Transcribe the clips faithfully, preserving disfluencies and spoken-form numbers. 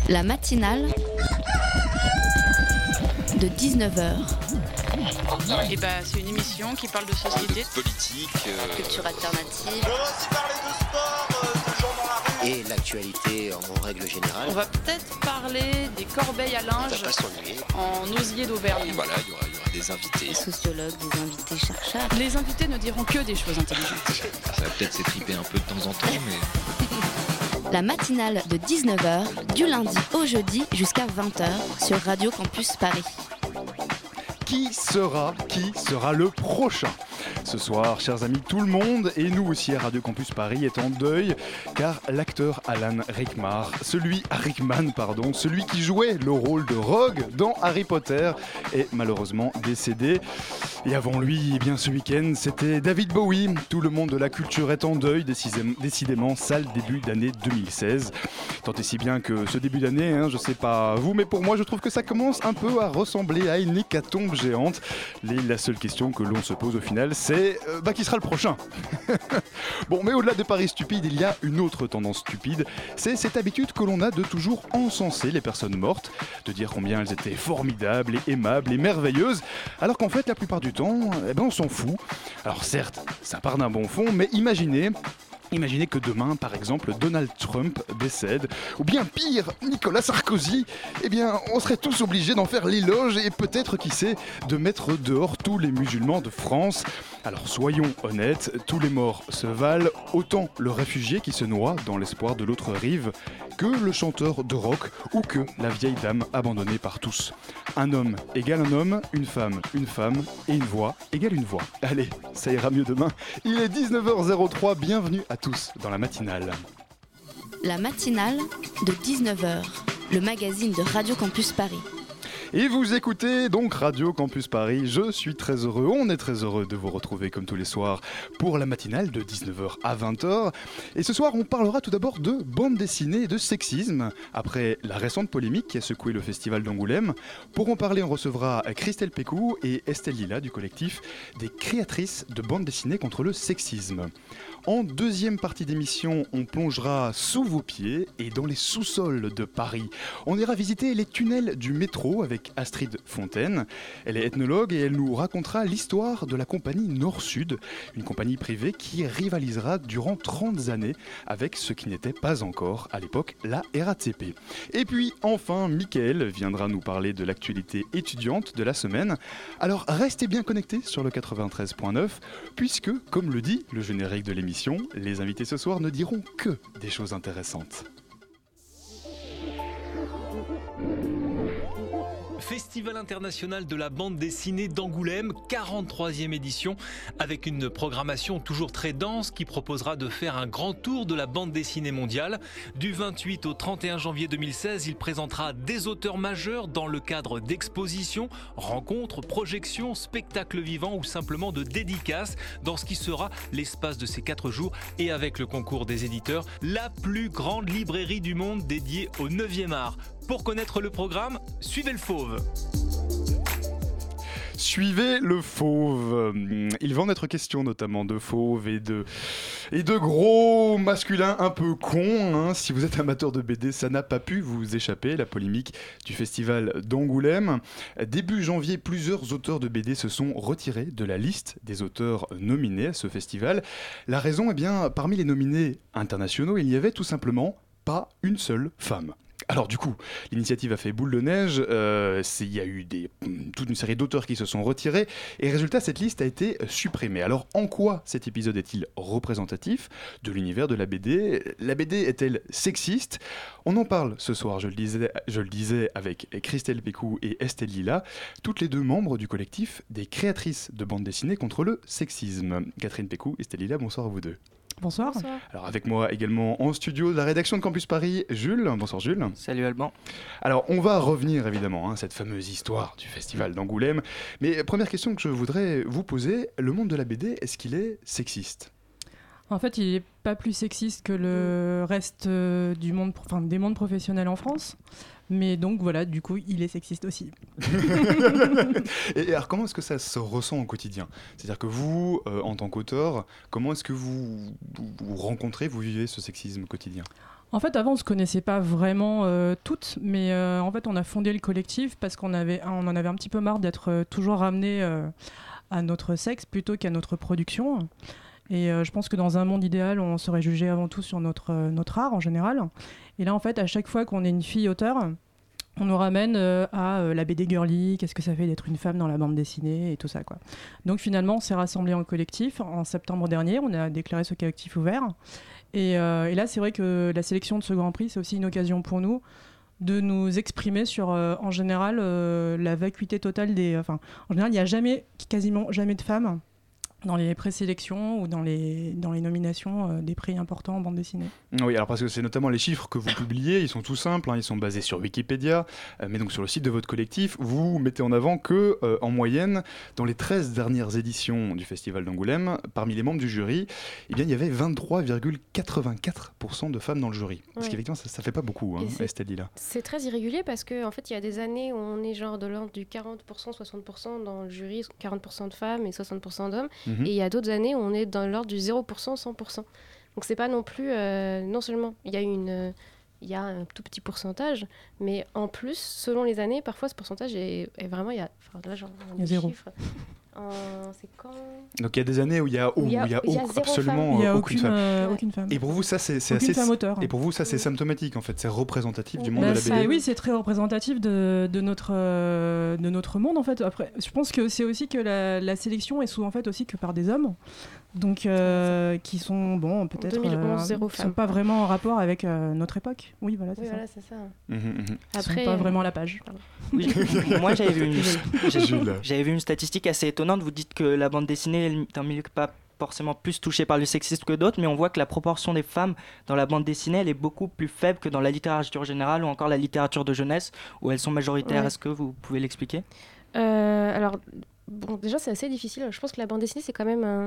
La matinale de dix-neuf heures. Et bah, c'est une émission qui parle de société, de politique, euh... culture alternative. On va aussi parler de sport, euh, de gens dans la rue. Et l'actualité en règle générale. On va peut-être parler des corbeilles à linge Ça va pas s'ennuyer. en osier d'Auvergne. Voilà, il y aura, il y aura des invités. Des sociologues, des invités chercheurs. Les invités ne diront que des choses intelligentes. Ça va peut-être s'étriper un peu de temps en temps, mais... La matinale de dix-neuf heures, du lundi au jeudi jusqu'à vingt heures sur Radio Campus Paris. Qui sera, qui sera le prochain ? Ce soir, chers amis, tout le monde, et nous aussi à Radio Campus Paris, est en deuil, car l'acteur Alan Rickman, celui, Rickman, pardon, celui qui jouait le rôle de Rogue dans Harry Potter, est malheureusement décédé. Et avant lui, eh bien ce week-end, c'était David Bowie. Tout le monde de la culture est en deuil, décidément, décidément sale début d'année deux mille seize. Tant et si bien que ce début d'année, hein, je sais pas vous, mais pour moi, je trouve que ça commence un peu à ressembler à une hécatombe géante. Et la seule question que l'on se pose au final, c'est euh, bah, qui sera le prochain ? Bon, mais au-delà des paris stupides, il y a une autre tendance stupide. C'est cette habitude que l'on a de toujours encenser les personnes mortes, de dire combien elles étaient formidables et aimables et merveilleuses, alors qu'en fait, la plupart du temps, eh ben, on s'en fout. Alors certes, ça part d'un bon fond, mais imaginez... Imaginez que demain, par exemple, Donald Trump décède, ou bien pire, Nicolas Sarkozy, eh bien, on serait tous obligés d'en faire l'éloge et peut-être, qui sait, de mettre dehors tous les musulmans de France. Alors soyons honnêtes, tous les morts se valent, autant le réfugié qui se noie dans l'espoir de l'autre rive, que le chanteur de rock ou que la vieille dame abandonnée par tous. Un homme égale un homme, une femme, une femme, et une voix égale une voix. Allez, ça ira mieux demain. Il est dix-neuf heures zéro trois, bienvenue à tous dans la matinale. La matinale de dix-neuf heures, le magazine de Radio Campus Paris. Et vous écoutez donc Radio Campus Paris, je suis très heureux, on est très heureux de vous retrouver comme tous les soirs pour la matinale de dix-neuf heures à vingt heures. Et ce soir on parlera tout d'abord de bande dessinée et de sexisme, après la récente polémique qui a secoué le festival d'Angoulême. Pour en parler on recevra Christelle Pécou et Estelle Lila du collectif des créatrices de bande dessinée contre le sexisme. En deuxième partie d'émission, on plongera sous vos pieds et dans les sous-sols de Paris. On ira visiter les tunnels du métro avec Astrid Fontaine. Elle est ethnologue et elle nous racontera l'histoire de la compagnie Nord-Sud, une compagnie privée qui rivalisera durant trente années avec ce qui n'était pas encore à l'époque la R A T P. Et puis enfin, Mickaël viendra nous parler de l'actualité étudiante de la semaine. Alors restez bien connectés sur le quatre-vingt-treize point neuf puisque, comme le dit le générique de l'émission, les invités ce soir ne diront que des choses intéressantes. Festival international de la bande dessinée d'Angoulême, quarante-troisième édition, avec une programmation toujours très dense qui proposera de faire un grand tour de la bande dessinée mondiale. Du vingt-huit au trente et un janvier deux mille seize, il présentera des auteurs majeurs dans le cadre d'expositions, rencontres, projections, spectacles vivants ou simplement de dédicaces dans ce qui sera l'espace de ces quatre jours et avec le concours des éditeurs, la plus grande librairie du monde dédiée au neuvième art. Pour connaître le programme, suivez le Fauve. Suivez le Fauve. Il va en être question notamment de fauves et de, et de gros masculins un peu cons. Hein. Si vous êtes amateur de B D, ça n'a pas pu vous échapper, la polémique du festival d'Angoulême. Début janvier, plusieurs auteurs de B D se sont retirés de la liste des auteurs nominés à ce festival. La raison, eh bien, parmi les nominés internationaux, il n'y avait tout simplement pas une seule femme. Alors du coup, l'initiative a fait boule de neige, euh, il y a eu des, toute une série d'auteurs qui se sont retirés, et résultat, cette liste a été supprimée. Alors en quoi cet épisode est-il représentatif de l'univers de la B D ? La B D est-elle sexiste ? On en parle ce soir, je le disais, je le disais avec Christelle Pécou et Estelle Lila, toutes les deux membres du collectif des créatrices de bande dessinée contre le sexisme. Catherine Pécou, Estelle Lila, bonsoir à vous deux. Bonsoir. Bonsoir. Alors avec moi également en studio de la rédaction de Campus Paris, Jules. Bonsoir Jules. Salut Alban. Alors on va revenir évidemment à hein, cette fameuse histoire du festival d'Angoulême. Mais première question que je voudrais vous poser, le monde de la B D, est-ce qu'il est sexiste ? En fait, il n'est pas plus sexiste que le reste euh, du monde, enfin, des mondes professionnels en France. Mais donc voilà, du coup, il est sexiste aussi. Et alors, comment est-ce que ça se ressent au quotidien ? C'est-à-dire que vous, euh, en tant qu'auteur, comment est-ce que vous, vous, vous rencontrez, vous vivez ce sexisme quotidien ? En fait, avant, on se connaissait pas vraiment euh, toutes, mais euh, en fait, on a fondé le collectif parce qu'on avait, on en avait un petit peu marre d'être euh, toujours ramené euh, à notre sexe plutôt qu'à notre production. Et euh, je pense que dans un monde idéal, on serait jugé avant tout sur notre, euh, notre art en général. Et là, en fait, à chaque fois qu'on est une fille auteure, on nous ramène euh, à euh, la B D girly, qu'est-ce que ça fait d'être une femme dans la bande dessinée et tout ça, quoi. Donc finalement, on s'est rassemblés en collectif. En septembre dernier, on a déclaré ce collectif ouvert. Et, euh, et là, c'est vrai que la sélection de ce Grand Prix, c'est aussi une occasion pour nous de nous exprimer sur, euh, en général, euh, la vacuité totale des... Enfin, en général, il n'y a jamais, quasiment jamais de femmes dans les présélections ou dans les, dans les nominations euh, des prix importants en bande dessinée. Oui, alors parce que c'est notamment les chiffres que vous publiez, ils sont tout simples, hein, ils sont basés sur Wikipédia, euh, mais donc sur le site de votre collectif, vous mettez en avant que, euh, en moyenne, dans les treize dernières éditions du Festival d'Angoulême, parmi les membres du jury, eh bien, il y avait vingt-trois virgule quatre-vingt-quatre pour cent de femmes dans le jury. Ouais. Parce qu'effectivement, ça, ça fait pas beaucoup, hein, Estelle Lila. C'est très irrégulier parce qu'en en fait, il y a des années où on est genre de l'ordre du quarante pour cent, soixante pour cent dans le jury, quarante pour cent de femmes et soixante pour cent d'hommes. Mmh. Et il y a d'autres années où on est dans l'ordre du zéro pour cent, cent pour cent. Donc c'est pas non plus... Euh, non seulement il y a une... Euh, il y a un tout petit pourcentage, mais en plus, selon les années, parfois ce pourcentage est, est vraiment... Il y a, enfin, là, genre, il y a zéro. Chiffres. Euh, c'est quand... Donc il y a des années où il y a, où il y a, il y a, il y a absolument il y a aucune, aucune femme. Euh, aucune femme. Et pour vous ça c'est, c'est aucune assez femme auteur. Et pour vous ça c'est symptomatique en fait, c'est représentatif du monde bah, de la B D. Ça, oui, c'est très représentatif de, de notre euh, de notre monde en fait. Après, je pense que c'est aussi que la, la sélection est souvent faite aussi que par des hommes. Donc euh, qui sont bon peut-être deux mille onze, euh, zéro qui femme. sont pas vraiment en rapport avec euh, notre époque. Oui voilà c'est oui, ça. Voilà, c'est ça. Mmh, mmh. Ils sont pas vraiment à la page. Oui, moi j'avais vu une j'avais, j'avais vu une statistique assez étonnante. Vous dites que la bande dessinée est un milieu qui n'est pas forcément plus touché par le sexisme que d'autres, mais on voit que la proportion des femmes dans la bande dessinée elle est beaucoup plus faible que dans la littérature générale ou encore la littérature de jeunesse où elles sont majoritaires. Ouais. Est-ce que vous pouvez l'expliquer ? euh, Alors bon, déjà c'est assez difficile. Je pense que la bande dessinée c'est quand même un,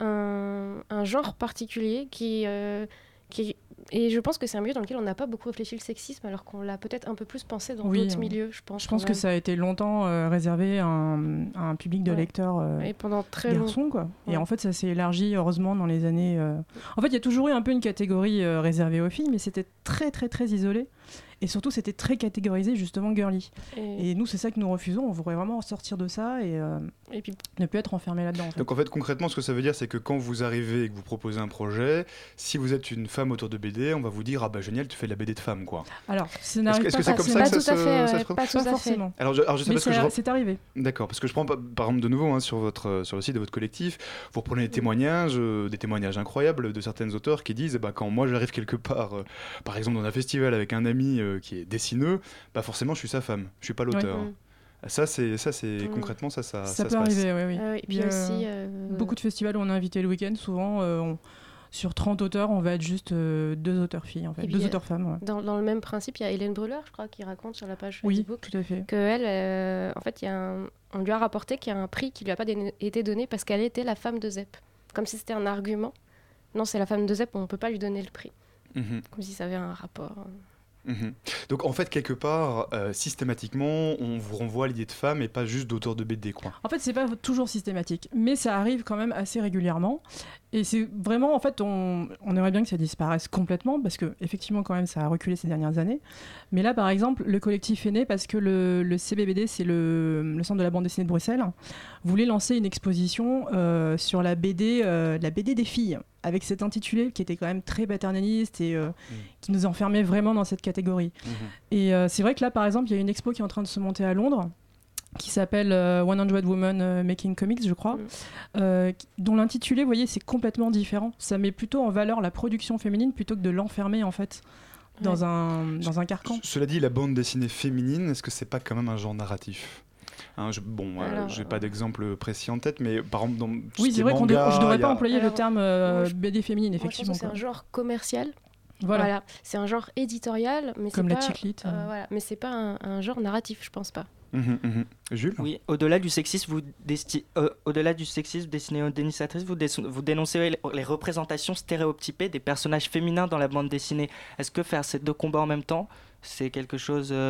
un, un genre particulier qui, euh, qui et je pense que c'est un milieu dans lequel on n'a pas beaucoup réfléchi le sexisme alors qu'on l'a peut-être un peu plus pensé dans oui, d'autres milieux. Je pense, je pense que ça a été longtemps euh, réservé à un, à un public de ouais. lecteurs euh, et pendant très garçons long... quoi. Ouais. Et en fait ça s'est élargi heureusement dans les années. Euh... En fait il y a toujours eu un peu une catégorie euh, réservée aux filles, mais c'était très très très isolé. Et surtout, c'était très catégorisé, justement, girly. Et, et nous, c'est ça que nous refusons. On voudrait vraiment sortir de ça et, euh, et puis ne plus être enfermé là-dedans. En fait. Donc, en fait, concrètement, ce que ça veut dire, c'est que quand vous arrivez et que vous proposez un projet, si vous êtes une femme auteur de B D, on va vous dire « Ah bah génial, tu fais de la B D de femme, quoi ». Alors, est-ce, est-ce que c'est comme ça que ça se passe ? Pas tout à fait. Alors, je, alors, je sais Mais parce c'est, que je... c'est arrivé. D'accord, parce que je prends, par exemple, de nouveau, hein, sur, votre, sur le site de votre collectif, vous reprenez des témoignages, euh, des témoignages incroyables de certaines auteurs qui disent bah, « Quand moi, j'arrive quelque part, euh, par exemple, dans un festival avec un ami euh, qui est dessineux, bah forcément je suis sa femme, je suis pas l'auteur. Oui. Ça c'est ça c'est mmh. concrètement ça ça ça, ça peut se arriver passe. oui oui. Euh, et puis euh, aussi euh... beaucoup de festivals où on est invité le week-end souvent euh, on... sur trente auteurs on va être juste euh, deux auteurs filles en fait, deux auteurs femmes. Ouais. Dans, dans le même principe il y a Hélène Brûleur je crois qui raconte sur la page oui, Facebook tout à fait. que elle euh, en fait il y a un... on lui a rapporté qu'il y a un prix qui lui a pas dé... été donné parce qu'elle était la femme de Zep, comme si c'était un argument. Non c'est la femme de Zep, on peut pas lui donner le prix. Mmh. Comme si ça avait un rapport. Mmh. Donc en fait quelque part euh, systématiquement on vous renvoie à l'idée de femme et pas juste d'auteur de B D quoi. En fait c'est pas toujours systématique mais ça arrive quand même assez régulièrement et c'est vraiment en fait on, on aimerait bien que ça disparaisse complètement parce que effectivement quand même ça a reculé ces dernières années mais là par exemple le collectif est né parce que le, le C B B D c'est le, le centre de la bande dessinée de Bruxelles voulait lancer une exposition euh, sur la B D euh, la B D des filles avec cet intitulé qui était quand même très paternaliste et euh, mmh. qui nous enfermait vraiment dans cette catégorie. Mmh. Et euh, c'est vrai que là, par exemple, il y a une expo qui est en train de se monter à Londres qui s'appelle euh, cent Women uh, Making Comics, je crois, mmh. euh, dont l'intitulé, vous voyez, c'est complètement différent. Ça met plutôt en valeur la production féminine plutôt que de l'enfermer, en fait, dans, ouais. un, dans un carcan. Cela dit, la bande dessinée féminine, est-ce que c'est pas quand même un genre narratif ? Hein, je, bon, alors, euh, j'ai pas d'exemple précis en tête, mais par exemple dans oui, c'est vrai qu'on manga, de, je devrais a... pas employer alors, le terme euh, moi, je, B D féminine, effectivement. Moi, je pense que c'est un genre commercial. Voilà. voilà. C'est un genre éditorial, mais comme c'est la pas. chiclite. Euh, voilà. Mais c'est pas un, un genre narratif, je pense pas. Mmh, mmh. Jules ? Oui, au-delà du sexisme, vous desti- euh, au-delà du sexisme dessiné aux dessinatrices, vous, dé- vous dénoncez les, les représentations stéréotypées des personnages féminins dans la bande dessinée. Est-ce que faire ces deux combats en même temps, c'est quelque chose euh,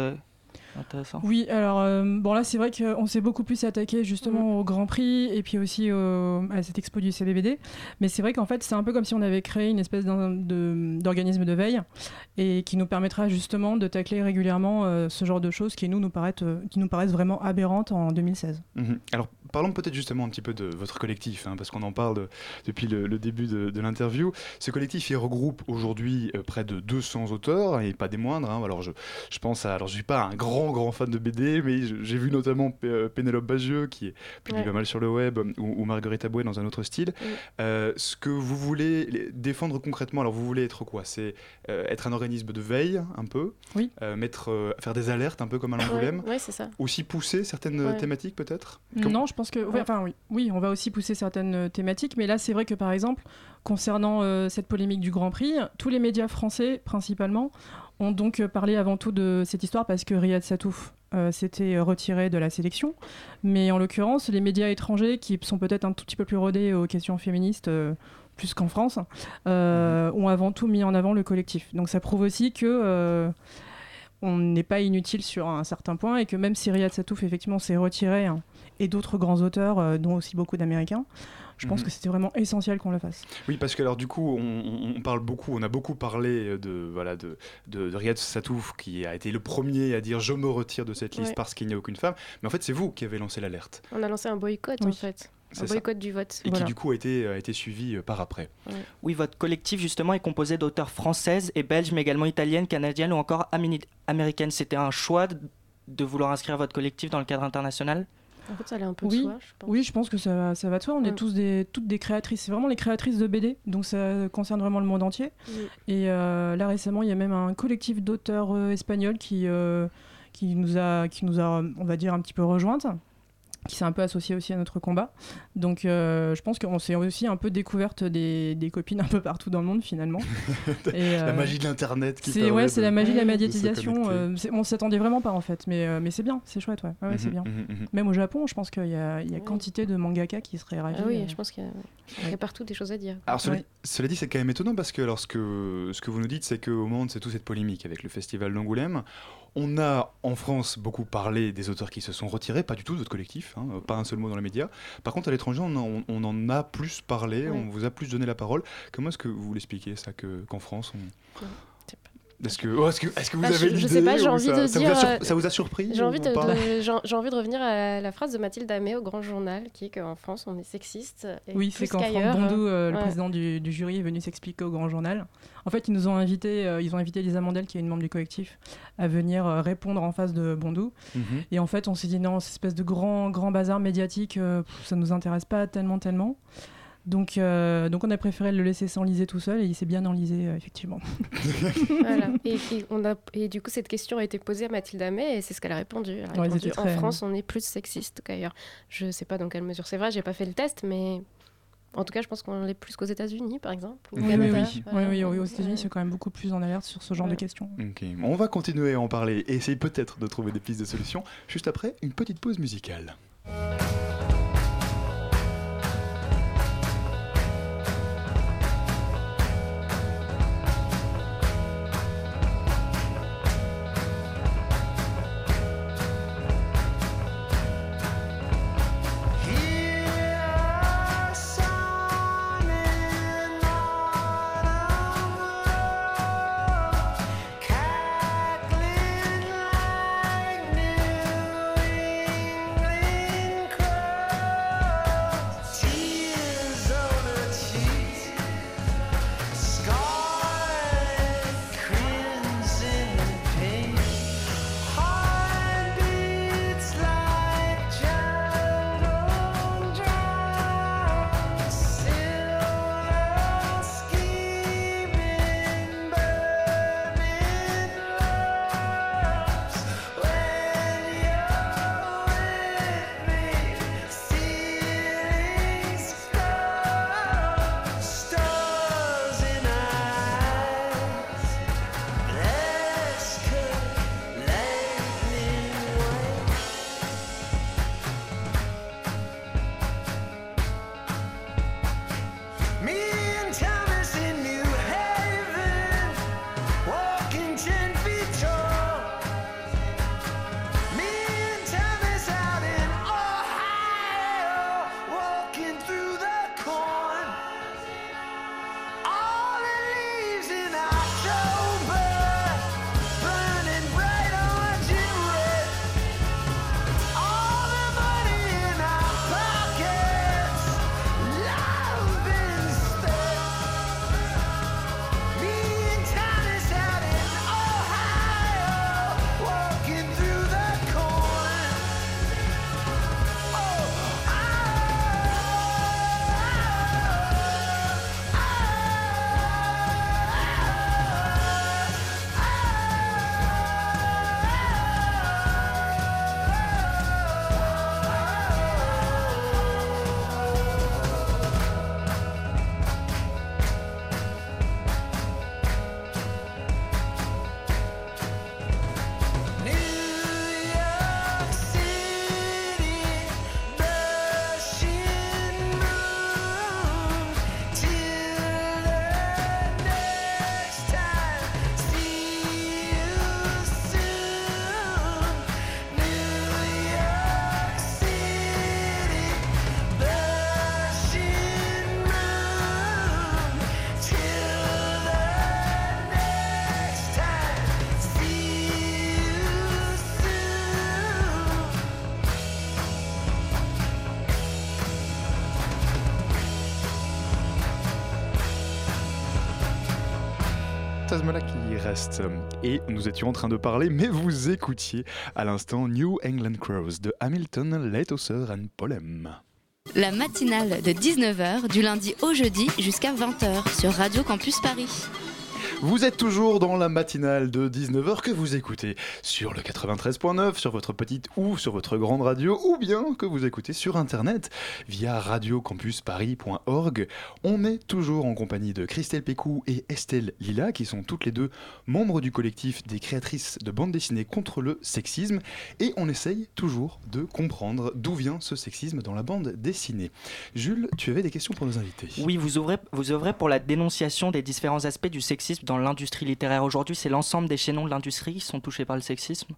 Intéressant. Oui, alors euh, bon là c'est vrai qu'on s'est beaucoup plus attaqué justement mmh. au Grand Prix et puis aussi au, à cette expo du C B B D, mais c'est vrai qu'en fait c'est un peu comme si on avait créé une espèce de, d'organisme de veille et qui nous permettra justement de tacler régulièrement euh, ce genre de choses qui nous, nous, paraissent, euh, qui nous paraissent vraiment aberrantes en deux mille seize. Mmh. Alors parlons peut-être justement un petit peu de votre collectif, hein, parce qu'on en parle de, depuis le, le début de, de l'interview. Ce collectif il regroupe aujourd'hui euh, près de deux cents auteurs et pas des moindres. Hein. Alors je, je pense à, alors je suis pas un grand grand fan de B D, mais j'ai vu notamment P- Pénélope Bagieux qui publie ouais. pas mal sur le web, ou, ou Marguerite Abouet dans un autre style. Oui. Euh, ce que vous voulez défendre concrètement, alors vous voulez être quoi? C'est euh, être un organisme de veille un peu, oui. euh, mettre, euh, faire des alertes un peu comme à l'Angoulême, ouais, ouais, c'est ça. Aussi pousser certaines ouais. thématiques peut-être? Comme... Non, je pense que, ouais, enfin oui, oui, on va aussi pousser certaines thématiques, mais là c'est vrai que par exemple concernant euh, cette polémique du Grand Prix, tous les médias français principalement ont donc parlé avant tout de cette histoire parce que Riyad Sattouf euh, s'était retiré de la sélection. Mais en l'occurrence, les médias étrangers, qui sont peut-être un tout petit peu plus rodés aux questions féministes, euh, plus qu'en France, euh, mmh. ont avant tout mis en avant le collectif. Donc ça prouve aussi que... Euh, on n'est pas inutile sur un certain point et que même si Riyad Sattouf effectivement s'est retiré hein, et d'autres grands auteurs, euh, dont aussi beaucoup d'Américains, je pense mmh. que c'était vraiment essentiel qu'on le fasse. Oui, parce que alors du coup, on, on parle beaucoup, on a beaucoup parlé de voilà de, de, de Riyad Sattouf qui a été le premier à dire je me retire de cette liste ouais. parce qu'il n'y a aucune femme. Mais en fait, c'est vous qui avez lancé l'alerte. On a lancé un boycott oui. en fait. C'est un boycott ça. Du vote. Et voilà. qui du coup a été, a été suivi euh, par après. Ouais. Oui, votre collectif justement est composé d'auteurs françaises et belges, mais également italiennes, canadiennes ou encore amini- américaines. C'était un choix de, de vouloir inscrire votre collectif dans le cadre international? En fait, ça allait un peu oui. de soi, je pense. Oui, je pense que ça, ça va de soi. On ouais. est tous des, toutes des créatrices. C'est vraiment les créatrices de B D, donc ça concerne vraiment le monde entier. Oui. Et euh, là, récemment, il y a même un collectif d'auteurs euh, espagnols qui, euh, qui, nous a, qui nous a, on va dire, un petit peu rejointes, qui s'est un peu associé aussi à notre combat. Donc euh, je pense qu'on s'est aussi un peu découverte des, des copines un peu partout dans le monde finalement. Et, euh, la magie de l'internet qui c'est, ouais, c'est la magie de la médiatisation. Euh, on s'attendait vraiment pas en fait, mais, euh, mais c'est bien, c'est chouette, ouais, ouais, ouais mm-hmm, c'est bien. Mm-hmm. Même au Japon, je pense qu'il y a, il y a ouais. quantité de mangaka qui seraient ravis. Ah oui, euh... je pense qu'il y a, il y a partout des choses à dire. Alors cela, ouais. cela dit, c'est quand même étonnant parce que alors, ce, que, ce que vous nous dites, c'est qu'au moment c'est toute cette polémique avec le festival d'Angoulême, on a en France beaucoup parlé des auteurs qui se sont retirés, pas du tout de votre collectif, hein, pas un seul mot dans les médias. Par contre, à l'étranger, on en, on en a plus parlé, oui. on vous a plus donné la parole. Comment est-ce que vous l'expliquez ça, que, qu'en France, on... Oui. Est-ce que, oh, est-ce que, est-ce que vous ah, avez je, l'idée? Je sais pas, j'ai envie ça, de ça dire... Vous sur... Ça vous a surpris? J'ai envie de, de, j'ai, j'ai envie de revenir à la phrase de Mathilde Amé au Grand Journal, qui est qu'en France, on est sexiste. Et oui, c'est quand qu'ailleurs. Franck Bondou, euh, ouais. le président du, du jury, est venu s'expliquer au Grand Journal. En fait, ils nous ont invités, euh, ils ont invité Lisa Mandel, qui est une membre du collectif, à venir euh, répondre en face de Bondou. Mm-hmm. Et en fait, on s'est dit non, cette espèce de grand, grand bazar médiatique, euh, pff, ça nous intéresse pas tellement, tellement. Donc, euh, donc on a préféré le laisser s'enliser tout seul et il s'est bien enlisé, euh, effectivement. Voilà. Et, et, on a, et du coup, cette question a été posée à Mathilde Amé et c'est ce qu'elle a répondu. Elle a ouais, répondu en très... France, on est plus sexiste qu'ailleurs. Je ne sais pas dans quelle mesure c'est vrai, je n'ai pas fait le test, mais en tout cas, je pense qu'on l'est plus qu'aux États-Unis, par exemple. Oui, oui, oui. oui, oui, oui. Aux États-Unis, ouais. c'est quand même beaucoup plus en alerte sur ce genre ouais. de questions. Okay. On va continuer à en parler et essayer peut-être de trouver des pistes de solutions. Juste après, une petite pause musicale. Cry reste. Et nous étions en train de parler, mais vous écoutiez à l'instant New England Crows de Hamilton, Leithoser and Polem. La matinale de dix-neuf heures du lundi au jeudi jusqu'à vingt heures sur Radio Campus Paris. Vous êtes toujours dans la matinale de dix-neuf heures que vous écoutez sur le quatre-vingt-treize point neuf, sur votre petite ou sur votre grande radio, ou bien que vous écoutez sur internet via radio campus paris point org. On est toujours en compagnie de Christelle Pécou et Estelle Lila, qui sont toutes les deux membres du collectif des créatrices de bande dessinée contre le sexisme, et on essaye toujours de comprendre d'où vient ce sexisme dans la bande dessinée. Jules, tu avais des questions pour nos invités. Oui, vous œuvrez, vous œuvrez pour la dénonciation des différents aspects du sexisme dans l'industrie littéraire aujourd'hui. C'est l'ensemble des chaînons de l'industrie qui sont touchés par le sexisme.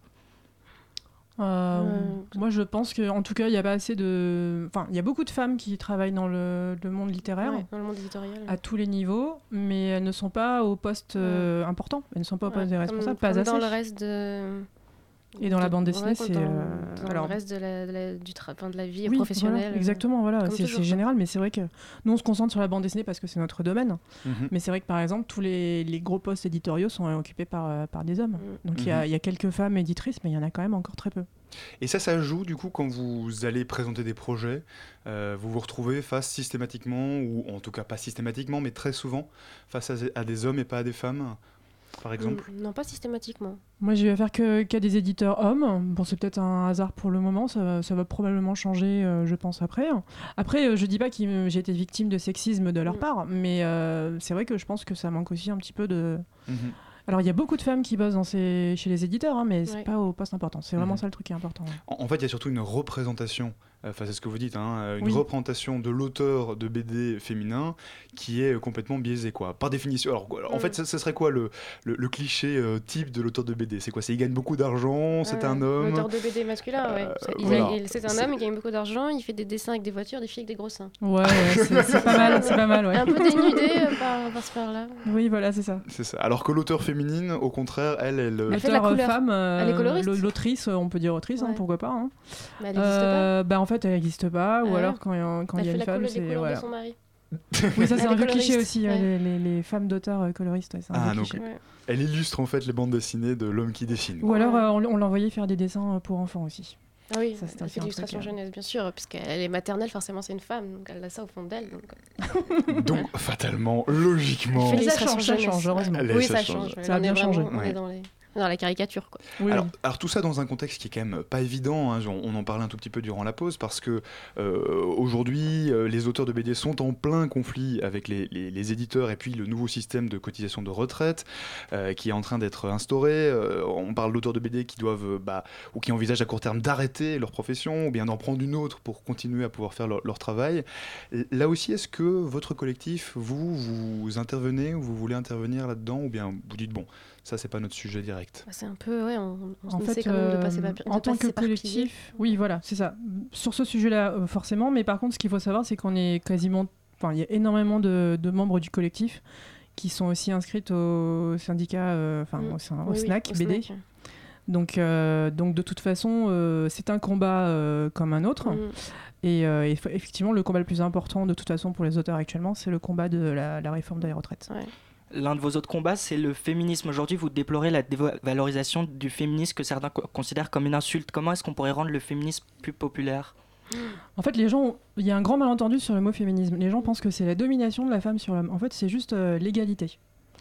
Euh, euh... Moi, je pense qu'en tout cas, il y a pas assez de. Enfin, il y a beaucoup de femmes qui travaillent dans le, le monde littéraire, ouais, dans le monde éditorial, à tous les niveaux, mais elles ne sont pas aux postes ouais. euh, importants. Elles ne sont pas aux postes ouais, des responsables, comme, pas comme assez. Dans le reste de. Et dans la bande dessinée, ouais, c'est dans, euh... dans alors le reste de la, de la, du tra... enfin, de la vie oui, professionnelle. Voilà, exactement, voilà. C'est, c'est général, mais c'est vrai que nous on se concentre sur la bande dessinée parce que c'est notre domaine. Mm-hmm. Mais c'est vrai que par exemple, tous les, les gros postes éditoriaux sont occupés par, par des hommes. Mm. Donc il mm-hmm. y, y a quelques femmes éditrices, mais il y en a quand même encore très peu. Et ça, ça joue du coup quand vous allez présenter des projets, euh, vous vous retrouvez face systématiquement, ou en tout cas pas systématiquement, mais très souvent, face à, à des hommes et pas à des femmes, par exemple? Non, pas systématiquement. Moi, j'ai eu affaire que, qu'à des éditeurs hommes. Bon, c'est peut-être un hasard pour le moment, ça va, ça va probablement changer, euh, je pense, après. Après, euh, je dis pas que j'ai été victime de sexisme de leur mmh. part, mais euh, c'est vrai que je pense que ça manque aussi un petit peu de... Mmh. Alors, il y a beaucoup de femmes qui bossent dans ces... chez les éditeurs, hein, mais c'est ouais. pas au poste important. C'est vraiment mmh. ça le truc qui est important. Ouais. En, en fait, il y a surtout une représentation. Enfin, c'est ce que vous dites, hein, une oui. représentation de l'auteur de B D féminin qui est complètement biaisée, quoi. Par définition. Alors, en mm. fait, ce serait quoi le, le, le cliché euh, type de l'auteur de B D? C'est quoi? C'est il gagne beaucoup d'argent, c'est euh, un homme. L'auteur de B D masculin, euh, ouais. Il voilà. a, il, c'est un c'est... homme, il gagne beaucoup d'argent, il fait des dessins avec des voitures, des filles avec des gros seins. Ouais, ouais c'est, c'est pas mal, c'est pas mal, ouais. Un peu dénudé euh, par, par ce par-là. Oui, voilà, c'est ça. C'est ça. Alors que l'auteur féminine, au contraire, elle, elle. Elle, elle fait de la couleur. Femme, euh, elle est coloriste. L'autrice, on peut dire autrice, ouais. hein, pourquoi pas. Hein. Mais elle n'existe pas. Bah en fait, elle n'existe pas. Ou ah alors quand il y a une femme, c'est voilà. De son mari. Oui, ça c'est un vieux cliché aussi, ouais. les, les, les femmes d'auteurs euh, coloristes. Ouais, c'est un ah, vieux donc cliché. Ouais. Elle illustre en fait les bandes dessinées de l'homme qui dessine. Ou alors euh, on, on l'envoyait faire des dessins pour enfants aussi. Ah oui, ça, c'est elle fait de l'illustration truc, jeunesse, bien sûr, puisqu'elle est maternelle, forcément c'est une femme, donc elle a ça au fond d'elle. Donc, donc fatalement, logiquement... Mais ça change, ça change, heureusement. Oui, ça change. Ça a bien changé. On est dans les... dans la caricature, quoi. Oui, alors, alors tout ça dans un contexte qui est quand même pas évident, hein, on, on en parlait un tout petit peu durant la pause, parce que euh, aujourd'hui euh, les auteurs de B D sont en plein conflit avec les, les, les éditeurs et puis le nouveau système de cotisation de retraite euh, qui est en train d'être instauré. Euh, on parle d'auteurs de B D qui doivent, bah, ou qui envisagent à court terme d'arrêter leur profession ou bien d'en prendre une autre pour continuer à pouvoir faire leur, leur travail. Là aussi, est-ce que votre collectif, vous, vous intervenez ou vous voulez intervenir là-dedans, ou bien vous dites bon, ça c'est pas notre sujet direct? C'est un peu, ouais, on, on en essaie fait, quand même de passer euh, de en tant que collectif, oui, voilà, c'est ça. Sur ce sujet-là, euh, forcément, mais par contre, ce qu'il faut savoir, c'est qu'on est quasiment, enfin, il y a énormément de, de membres du collectif qui sont aussi inscrites au syndicat, enfin, euh, mmh. au, au oui, SNAC oui, au B D. SNAC. Donc, euh, donc, de toute façon, euh, c'est un combat euh, comme un autre. Mmh. Et, euh, et effectivement, le combat le plus important, de toute façon, pour les auteurs actuellement, c'est le combat de la, la réforme des retraites. Ouais. L'un de vos autres combats, c'est le féminisme. Aujourd'hui, vous déplorez la dévalorisation du féminisme que certains co- considèrent comme une insulte. Comment est-ce qu'on pourrait rendre le féminisme plus populaire ? En fait, les gens, il y a un grand malentendu sur le mot féminisme. Les gens pensent que c'est la domination de la femme sur l'homme. En fait, c'est juste euh, l'égalité.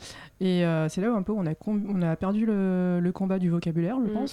Et euh, c'est là où un peu on a, com- on a perdu le, le combat du vocabulaire, je mmh. pense.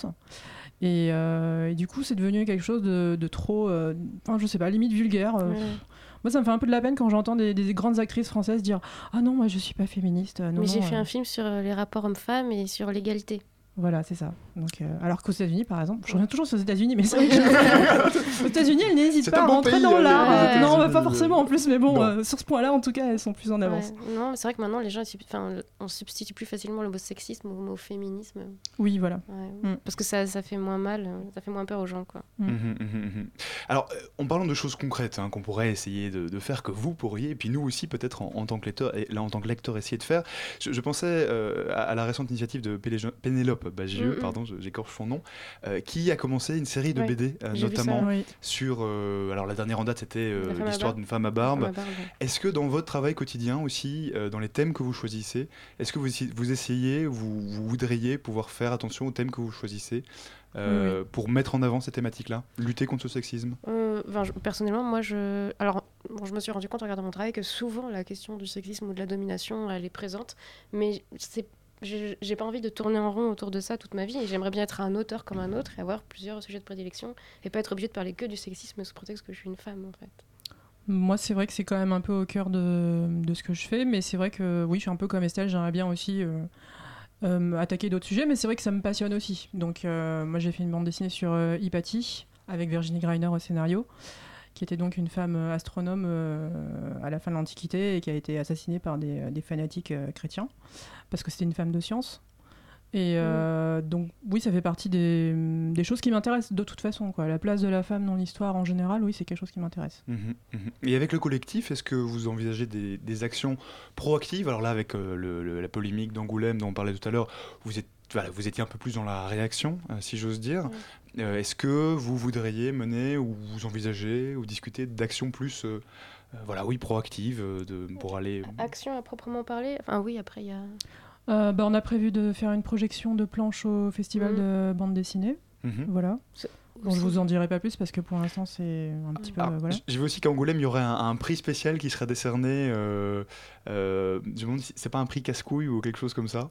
Et, euh, et du coup, c'est devenu quelque chose de, de trop, euh, enfin, je sais pas, limite vulgaire. Euh, mmh. Moi, ça me fait un peu de la peine quand j'entends des, des grandes actrices françaises dire « Ah non, moi, je suis pas féministe. » Non, Mais non, j'ai euh... fait un film sur les rapports hommes-femmes et sur l'égalité. Voilà, c'est ça. Donc, euh, alors qu'aux États-Unis, par exemple, je reviens toujours aux États-Unis, mais c'est vrai que aux États-unis, elles n'hésitent pas à bon rentrer pays, dans l'art. Euh, non, bah, pas forcément en plus, mais bon, euh, sur ce point-là, en tout cas, elles sont plus en avance. Ouais. Non, mais c'est vrai que maintenant, les gens, enfin, on substitue plus facilement le mot sexisme au mot féminisme. Oui, voilà. Ouais. Mm. Parce que ça, ça fait moins mal, ça fait moins peur aux gens, quoi. Mm. Mmh, mmh, mmh. Alors, euh, en parlant de choses concrètes hein, qu'on pourrait essayer de, de faire, que vous pourriez, et puis nous aussi, peut-être en, en tant que lecteur, et là, en tant que lecteur, essayer de faire. Je, je pensais euh, à, à la récente initiative de Pénélope Philippe Bagieux, Mm-hmm. pardon, j'écorche son nom, euh, qui a commencé une série de ouais, B D, euh, notamment ça, oui. sur, euh, alors la dernière en date c'était euh, l'histoire d'une femme à barbe. Femme à barbe ouais. Est-ce que dans votre travail quotidien aussi, euh, dans les thèmes que vous choisissez, est-ce que vous, vous essayez, vous, vous voudriez pouvoir faire attention aux thèmes que vous choisissez euh, oui. pour mettre en avant ces thématiques-là, lutter contre ce sexisme? euh, enfin, je, Personnellement, moi, je, alors, bon, je me suis rendu compte en regardant mon travail que souvent la question du sexisme ou de la domination, elle est présente, mais c'est J'ai, j'ai pas envie de tourner en rond autour de ça toute ma vie et j'aimerais bien être un auteur comme un autre et avoir plusieurs sujets de prédilection et pas être obligée de parler que du sexisme sous prétexte que je suis une femme en fait. Moi c'est vrai que c'est quand même un peu au cœur de, de ce que je fais, mais c'est vrai que oui je suis un peu comme Estelle, j'aimerais bien aussi euh, euh, attaquer d'autres sujets, mais c'est vrai que ça me passionne aussi. Donc euh, moi j'ai fait une bande dessinée sur euh, Hypatie avec Virginie Greiner au scénario, qui était donc une femme astronome euh, à la fin de l'Antiquité et qui a été assassinée par des, des fanatiques euh, chrétiens, parce que c'était une femme de science. Et euh, mmh. donc oui, ça fait partie des, des choses qui m'intéressent de toute façon, quoi. La place de la femme dans l'histoire en général, oui, c'est quelque chose qui m'intéresse. Mmh, mmh. Et avec le collectif, est-ce que vous envisagez des, des actions proactives? Alors là, avec euh, le, le, la polémique d'Angoulême dont on parlait tout à l'heure, vous êtes Voilà, vous étiez un peu plus dans la réaction, euh, si j'ose dire. Mmh. Euh, est-ce que vous voudriez mener ou vous envisagez ou discuter d'actions plus, euh, euh, voilà, oui, proactives euh, de, pour aller... Action à proprement parler. Enfin oui, après il y a... Euh, bah, on a prévu de faire une projection de planches au festival mmh. de bande dessinée. Mmh. Voilà. Bon, je vous en dirai pas plus parce que pour l'instant c'est un petit peu. Alors, euh, voilà. J'ai vu aussi qu'à Angoulême il y aurait un, un prix spécial qui serait décerné. Euh, euh, je me demande si c'est pas un prix casse-couille ou quelque chose comme ça.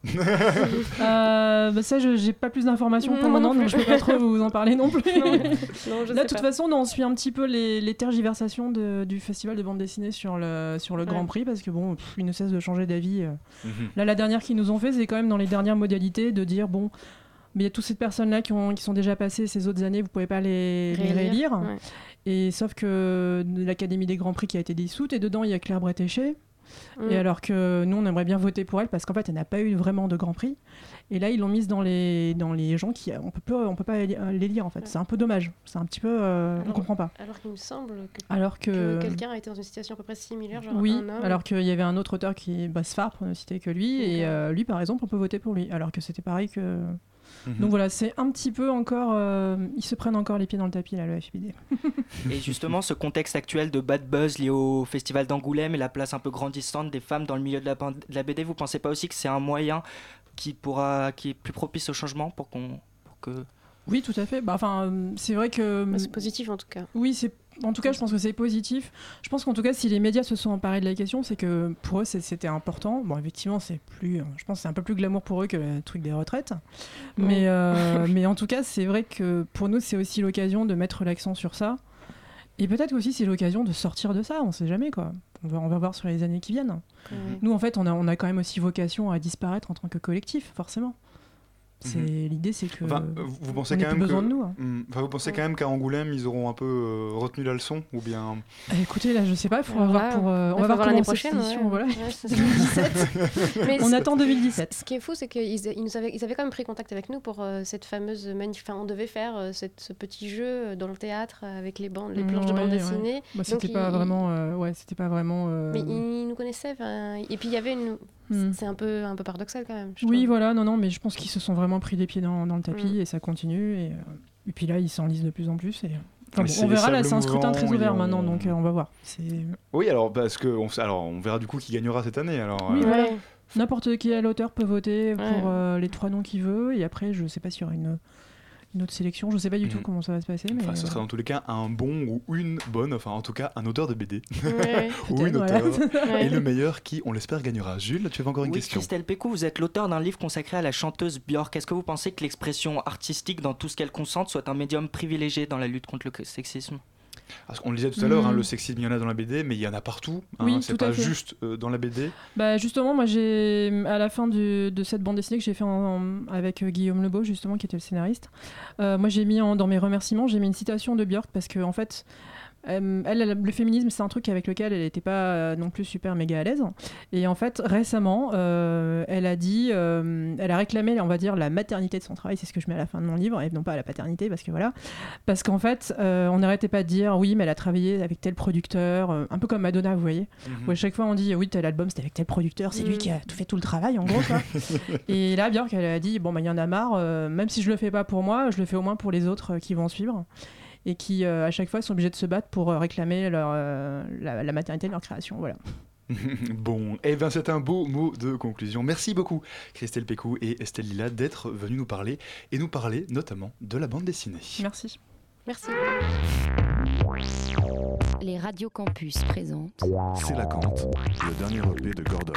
euh, bah ça, je j'ai pas plus d'informations pour le moment, donc je peux pas trop vous en parler non plus. Non, non, je Là, de toute pas. façon, on suit un petit peu les, les tergiversations de, du festival de bande dessinée sur le sur le ouais. Grand Prix parce que bon, pff, ils ne cessent de changer d'avis. Mm-hmm. Là, la dernière qu'ils nous ont fait, c'est quand même dans les dernières modalités de dire bon. Mais il y a toutes ces personnes-là qui, ont, qui sont déjà passées ces autres années, vous ne pouvez pas les, les relire. Ouais. Et sauf que l'Académie des Grands Prix qui a été dissoute, et dedans, il y a Claire Bretéché. Mm. Et alors que nous, on aimerait bien voter pour elle, parce qu'en fait, elle n'a pas eu vraiment de Grand Prix. Et là, ils l'ont mise dans les, dans les gens qui... On peut, on peut pas les lire, en fait. Ouais. C'est un peu dommage. C'est un petit peu... Euh, alors, on ne comprend pas. Alors qu'il me semble que, alors que... que quelqu'un a été dans une situation à peu près similaire, genre oui, un homme. Alors qu'il y avait un autre auteur qui est Basfar, pour ne citer que lui. Okay. Et euh, lui, par exemple, on peut voter pour lui. Alors que c'était pareil que... Mmh. Donc voilà, c'est un petit peu encore... Euh, ils se prennent encore les pieds dans le tapis, là, le F B D. Et justement, ce contexte actuel de bad buzz lié au Festival d'Angoulême et la place un peu grandissante des femmes dans le milieu de la, de la B D, vous pensez pas aussi que c'est un moyen qui, pourra, qui est plus propice au changement pour, qu'on, pour que... Oui, tout à fait. Bah, enfin, c'est vrai que... Bah, c'est positif, en tout cas. Oui, c'est... En tout cas, je pense que c'est positif. Je pense qu'en tout cas, si les médias se sont emparés de la question, c'est que pour eux, c'est, c'était important. Bon, effectivement, c'est plus, je pense que c'est un peu plus glamour pour eux que le truc des retraites. Mais, euh, mais en tout cas, c'est vrai que pour nous, c'est aussi l'occasion de mettre l'accent sur ça. Et peut-être aussi, c'est l'occasion de sortir de ça. On ne sait jamais, quoi. On va, on va voir sur les années qui viennent. Mmh. Nous, en fait, on a, on a quand même aussi vocation à disparaître en tant que collectif, forcément. C'est, mmh. L'idée, c'est que enfin, vous pensez on quand ait même plus besoin que, de nous. Hein. Enfin, vous pensez ouais. quand même qu'à Angoulême, ils auront un peu euh, retenu la leçon ou bien... Eh, écoutez, là, je sais pas, il faudra voir pour... Euh, on va voir l'année prochaine. Ouais. Voilà. Ouais, c'est deux mille dix-sept. Mais on attend deux mille dix-sept. Ce qui est fou, c'est qu'ils ils nous avaient, ils avaient quand même pris contact avec nous pour euh, cette fameuse manif. Enfin, on devait faire euh, cette, ce petit jeu dans le théâtre avec les, bandes, les planches mmh, de bande ouais, dessinée. Ouais. Bah, c'était, pas il... vraiment, euh, ouais, c'était pas vraiment... Euh... Mais ils nous connaissaient. Et puis, il y avait une... Mmh. C'est un peu, un peu paradoxal quand même. Oui, trouve. voilà, non, non, mais je pense qu'ils se sont vraiment pris des pieds dans, dans le tapis mmh. et ça continue. Et, euh, et puis là, ils s'enlisent de plus en plus. Et, enfin, bon, on verra, là, c'est un scrutin très ouvert on... maintenant, donc euh, on va voir. C'est... Oui, alors, parce que on, alors, on verra du coup qui gagnera cette année. Alors, oui, euh... voilà. N'importe quel auteur peut voter ouais. pour euh, les trois noms qu'il veut. Et après, je sais pas s'il y aura une... une autre sélection, je sais pas du tout mmh. comment ça va se passer. Mais enfin, ce sera dans tous les cas un bon ou une bonne, enfin en tout cas un auteur de B D ouais, ou une auteure. Voilà. Et le meilleur qui, on l'espère, gagnera. Jules, tu avais encore une oui, question. Christelle Pécou, vous êtes l'auteur d'un livre consacré à la chanteuse Björk. Est-ce que vous pensez que l'expression artistique dans tout ce qu'elle consente soit un médium privilégié dans la lutte contre le sexisme ? On le disait tout à l'heure, mmh. hein, le sexisme, il y en a dans la B D, mais il y en a partout. Hein, oui, c'est pas juste euh, dans la B D. Bah justement, moi, j'ai à la fin du, de cette bande dessinée que j'ai fait en, en, avec euh, Guillaume Lebeau, justement, qui était le scénariste, euh, moi, j'ai mis en, dans mes remerciements, j'ai mis une citation de Björk parce que en fait, Euh, elle, elle, le féminisme, c'est un truc avec lequel elle n'était pas euh, non plus super méga à l'aise. Et en fait, récemment, euh, elle a dit, euh, elle a réclamé, on va dire, la maternité de son travail. C'est ce que je mets à la fin de mon livre, et non pas à la paternité, parce que voilà. Parce qu'en fait, euh, on n'arrêtait pas de dire, oui, mais elle a travaillé avec tel producteur, euh, un peu comme Madonna, vous voyez. Mm-hmm. Où à chaque fois, on dit, oui, tel album, c'était avec tel producteur, c'est mm. lui qui a tout fait tout le travail, en gros, quoi. Et là, Björk, elle a dit, bon, bah, il y en a marre, euh, même si je le fais pas pour moi, je le fais au moins pour les autres euh, qui vont suivre. Et qui, euh, à chaque fois, sont obligés de se battre pour euh, réclamer leur, euh, la, la maternité de leur création. Voilà. Bon, eh ben c'est un beau mot de conclusion. Merci beaucoup, Christelle Pécou et Estelle Lila, d'être venues nous parler, et nous parler notamment de la bande dessinée. Merci. Merci. Les radios campus présentent C'est la Cante, le dernier E P de Gordon.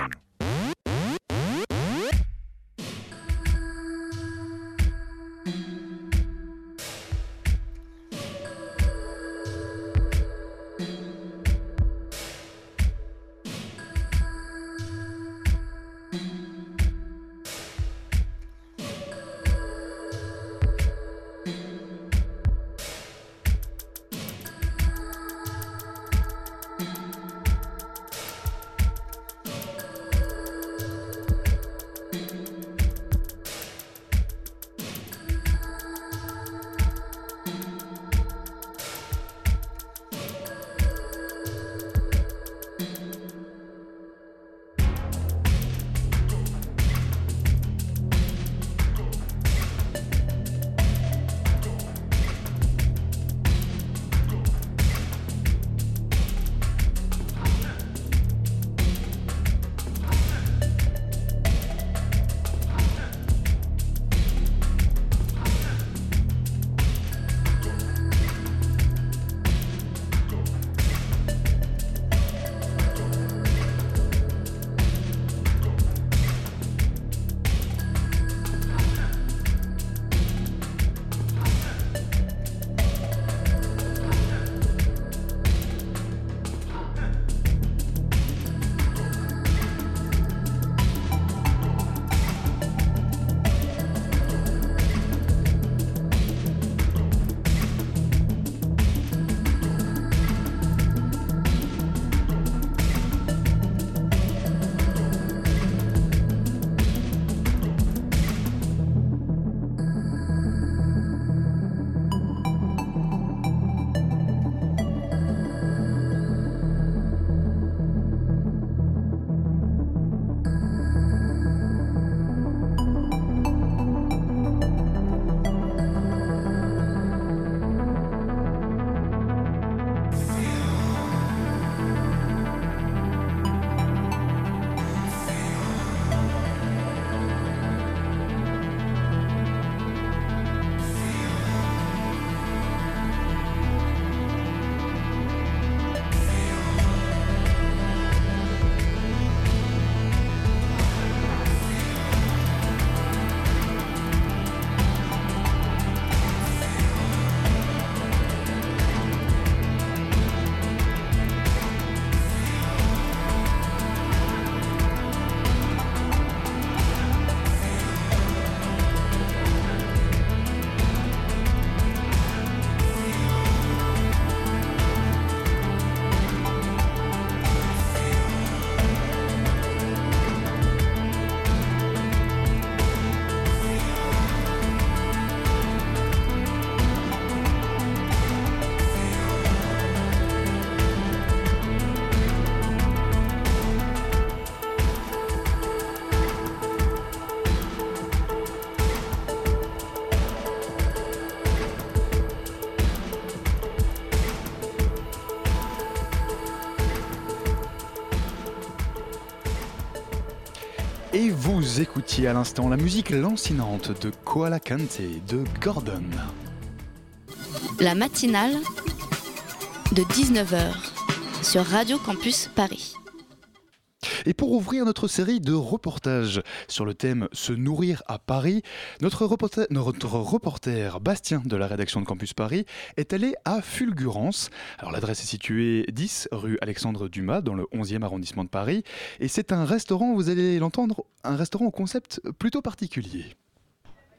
Et vous écoutiez à l'instant la musique lancinante de Koala Kante de Gordon. La matinale de dix-neuf heures sur Radio Campus Paris. Et pour ouvrir notre série de reportages sur le thème « Se nourrir à Paris », notre reporter, notre reporter Bastien de la rédaction de Campus Paris est allé à Fulgurance. Alors l'adresse est située dix rue Alexandre Dumas dans le onzième arrondissement de Paris. Et c'est un restaurant, vous allez l'entendre, un restaurant au concept plutôt particulier.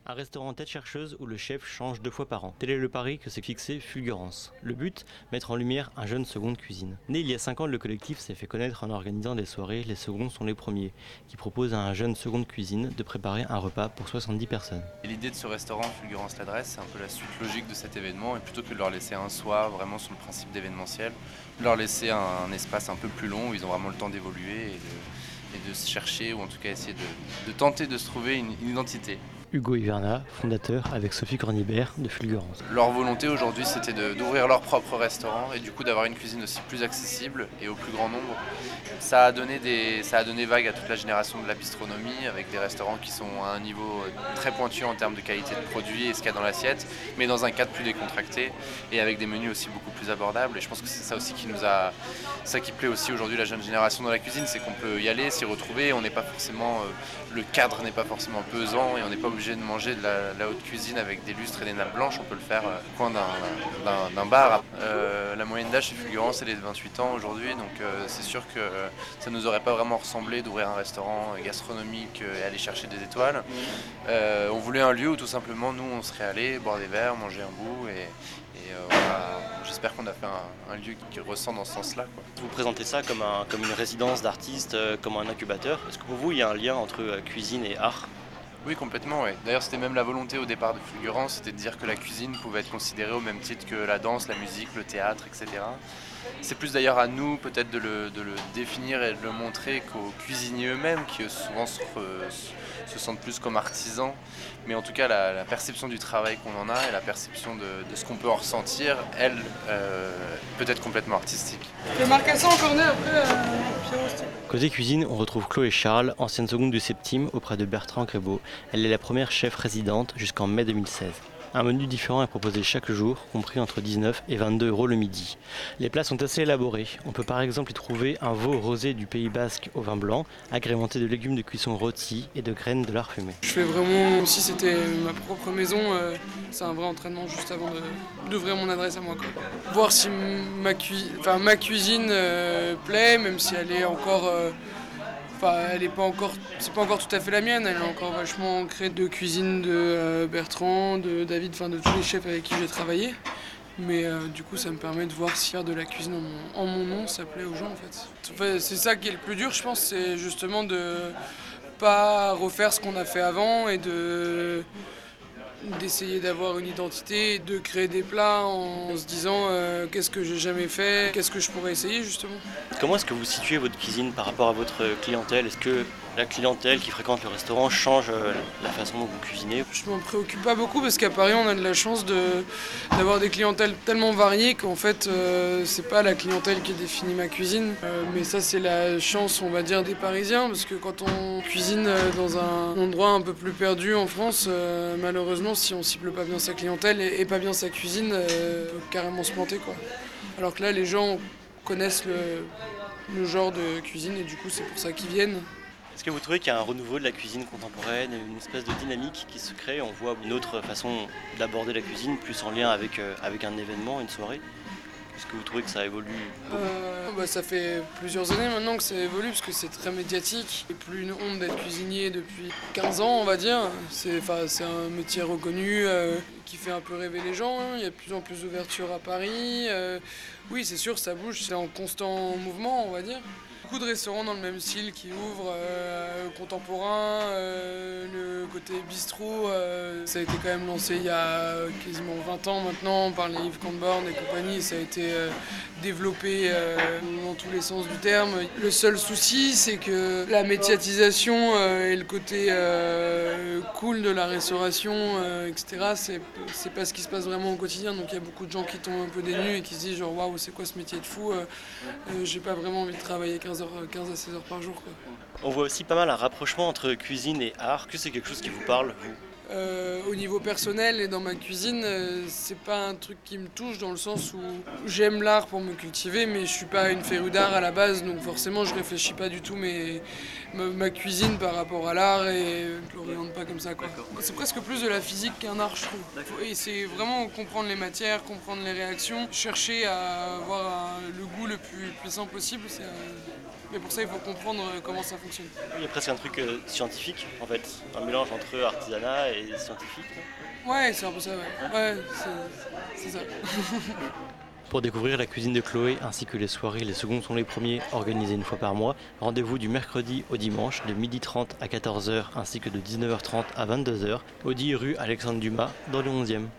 Un restaurant tête chercheuse où le chef change deux fois par an. Tel est le pari que s'est fixé Fulgurance. Le but, mettre en lumière un jeune second de cuisine. Né il y a cinq ans, le collectif s'est fait connaître en organisant des soirées Les Seconds sont les premiers, qui propose à un jeune second de cuisine de préparer un repas pour soixante-dix personnes. Et l'idée de ce restaurant Fulgurance l'adresse, c'est un peu la suite logique de cet événement, et plutôt que de leur laisser un soir vraiment sur le principe d'événementiel, de leur laisser un, un espace un peu plus long où ils ont vraiment le temps d'évoluer et de, et de se chercher, ou en tout cas essayer de, de tenter de se trouver une, une identité. Hugo Hiverna, fondateur avec Sophie Cornibert de Fulgurance. Leur volonté aujourd'hui, c'était de, d'ouvrir leur propre restaurant et du coup d'avoir une cuisine aussi plus accessible et au plus grand nombre. Ça a donné, des, ça a donné vague à toute la génération de la bistronomie, avec des restaurants qui sont à un niveau très pointu en termes de qualité de produits et ce qu'il y a dans l'assiette, mais dans un cadre plus décontracté et avec des menus aussi beaucoup plus abordables. Et je pense que c'est ça aussi qui nous a, ça qui plaît aussi aujourd'hui la jeune génération dans la cuisine, c'est qu'on peut y aller, s'y retrouver. On n'est pas forcément, euh, le cadre n'est pas forcément pesant et on n'est pas obligé de manger de la, de la haute cuisine avec des lustres et des nappes blanches. On peut le faire euh, au coin d'un, d'un, d'un bar. Euh, la moyenne d'âge chez Fulgurance, elle est de vingt-huit ans aujourd'hui, donc euh, c'est sûr que euh, ça nous aurait pas vraiment ressemblé d'ouvrir un restaurant gastronomique et aller chercher des étoiles. Euh, on voulait un lieu où tout simplement nous on serait allés boire des verres, manger un bout et, et euh, voilà, j'espère qu'on a fait un, un lieu qui ressent dans ce sens-là, quoi. Vous présentez ça comme, un, comme une résidence d'artistes, euh, comme un incubateur. Est-ce que pour vous il y a un lien entre euh, cuisine et art ? Oui, complètement. Ouais. D'ailleurs, c'était même la volonté au départ de Fulgurance, c'était de dire que la cuisine pouvait être considérée au même titre que la danse, la musique, le théâtre, et cetera. C'est plus d'ailleurs à nous peut-être de le, de le définir et de le montrer qu'aux cuisiniers eux-mêmes, qui souvent se, se sentent plus comme artisans. Mais en tout cas, la, la perception du travail qu'on en a et la perception de, de ce qu'on peut en ressentir, elle, euh, peut être complètement artistique. Je vais marquer ça en cornet après, euh, Pierrot. Côté cuisine, on retrouve Chloé Charles, ancienne seconde du Septime auprès de Bertrand Grébeau. Elle est la première chef résidente jusqu'en mai deux mille seize. Un menu différent est proposé chaque jour, compris entre dix-neuf et vingt-deux euros le midi. Les plats sont assez élaborés. On peut par exemple y trouver un veau rosé du Pays Basque au vin blanc, agrémenté de légumes de cuisson rôtis et de graines de lard fumé. Je fais vraiment, comme si c'était ma propre maison, euh, c'est un vrai entraînement juste avant de, d'ouvrir mon adresse à moi, quoi. Voir si ma, cui- enfin, ma cuisine euh, plaît, même si elle est encore... Euh, Enfin, elle est pas encore, c'est pas encore tout à fait la mienne, elle est encore vachement ancrée de cuisine de euh, Bertrand, de David, enfin de tous les chefs avec qui j'ai travaillé. Mais euh, du coup, ça me permet de voir si faire de la cuisine en mon, en mon nom, ça plaît aux gens en fait. Enfin, c'est ça qui est le plus dur, je pense, c'est justement de pas refaire ce qu'on a fait avant et de d'essayer d'avoir une identité, de créer des plats en se disant euh, qu'est-ce que j'ai jamais fait, qu'est-ce que je pourrais essayer justement. Comment est-ce que vous situez votre cuisine par rapport à votre clientèle ? Est-ce que la clientèle qui fréquente le restaurant change la façon dont vous cuisinez ? Je m'en préoccupe pas beaucoup parce qu'à Paris on a de la chance de, d'avoir des clientèles tellement variées qu'en fait euh, c'est pas la clientèle qui définit ma cuisine. Euh, mais ça c'est la chance on va dire des Parisiens parce que quand on cuisine dans un endroit un peu plus perdu en France, euh, malheureusement si on cible pas bien sa clientèle et, et pas bien sa cuisine, euh, on peut carrément se planter, quoi. Alors que là les gens connaissent le, le genre de cuisine et du coup c'est pour ça qu'ils viennent. Est-ce que vous trouvez qu'il y a un renouveau de la cuisine contemporaine, une espèce de dynamique qui se crée ? On voit une autre façon d'aborder la cuisine, plus en lien avec, euh, avec un événement, une soirée. Est-ce que vous trouvez que ça évolue beaucoup ? euh, bah, Ça fait plusieurs années maintenant que ça évolue parce que c'est très médiatique. C'est plus une honte d'être cuisinier depuis quinze ans, on va dire. C'est, c'est un métier reconnu euh, qui fait un peu rêver les gens. Hein. Il y a de plus en plus d'ouvertures à Paris. Euh, oui, c'est sûr, ça bouge, c'est en constant mouvement, on va dire. Beaucoup de restaurants dans le même style qui ouvrent, euh, contemporain, euh, le côté bistrot, euh, ça a été quand même lancé il y a quasiment vingt ans maintenant par les Yves Cantborn et compagnie, ça a été euh, développé euh, dans tous les sens du terme. Le seul souci, c'est que la médiatisation euh, et le côté euh, cool de la restauration, euh, et cetera, c'est, c'est pas ce qui se passe vraiment au quotidien, donc il y a beaucoup de gens qui tombent un peu des nues et qui se disent genre waouh, c'est quoi ce métier de fou, euh, euh, j'ai pas vraiment envie de travailler quinze à seize heures par jour, quoi. On voit aussi pas mal un rapprochement entre cuisine et art. Est-ce que c'est quelque chose qui vous parle, vous ? Euh, au niveau personnel et dans ma cuisine, euh, c'est pas un truc qui me touche dans le sens où j'aime l'art pour me cultiver, mais je suis pas une férue d'art à la base, donc forcément je réfléchis pas du tout mes, ma, ma cuisine par rapport à l'art et je l'oriente pas comme ça, quoi. C'est presque plus de la physique qu'un art, je trouve. Et c'est vraiment comprendre les matières, comprendre les réactions, chercher à avoir un, le goût le plus puissant possible. C'est un... Mais pour ça, il faut comprendre comment ça fonctionne. Il y a presque un truc euh, scientifique, en fait, un mélange entre artisanat et les scientifiques. Ouais, c'est un peu ça, ouais. Ouais, c'est, c'est ça. Pour découvrir la cuisine de Chloé ainsi que les soirées Les Seconds sont les premiers organisées une fois par mois, rendez-vous du mercredi au dimanche de midi trente à quatorze heures ainsi que de dix-neuf heures trente à vingt-deux heures au dix rue Alexandre Dumas dans le onzième.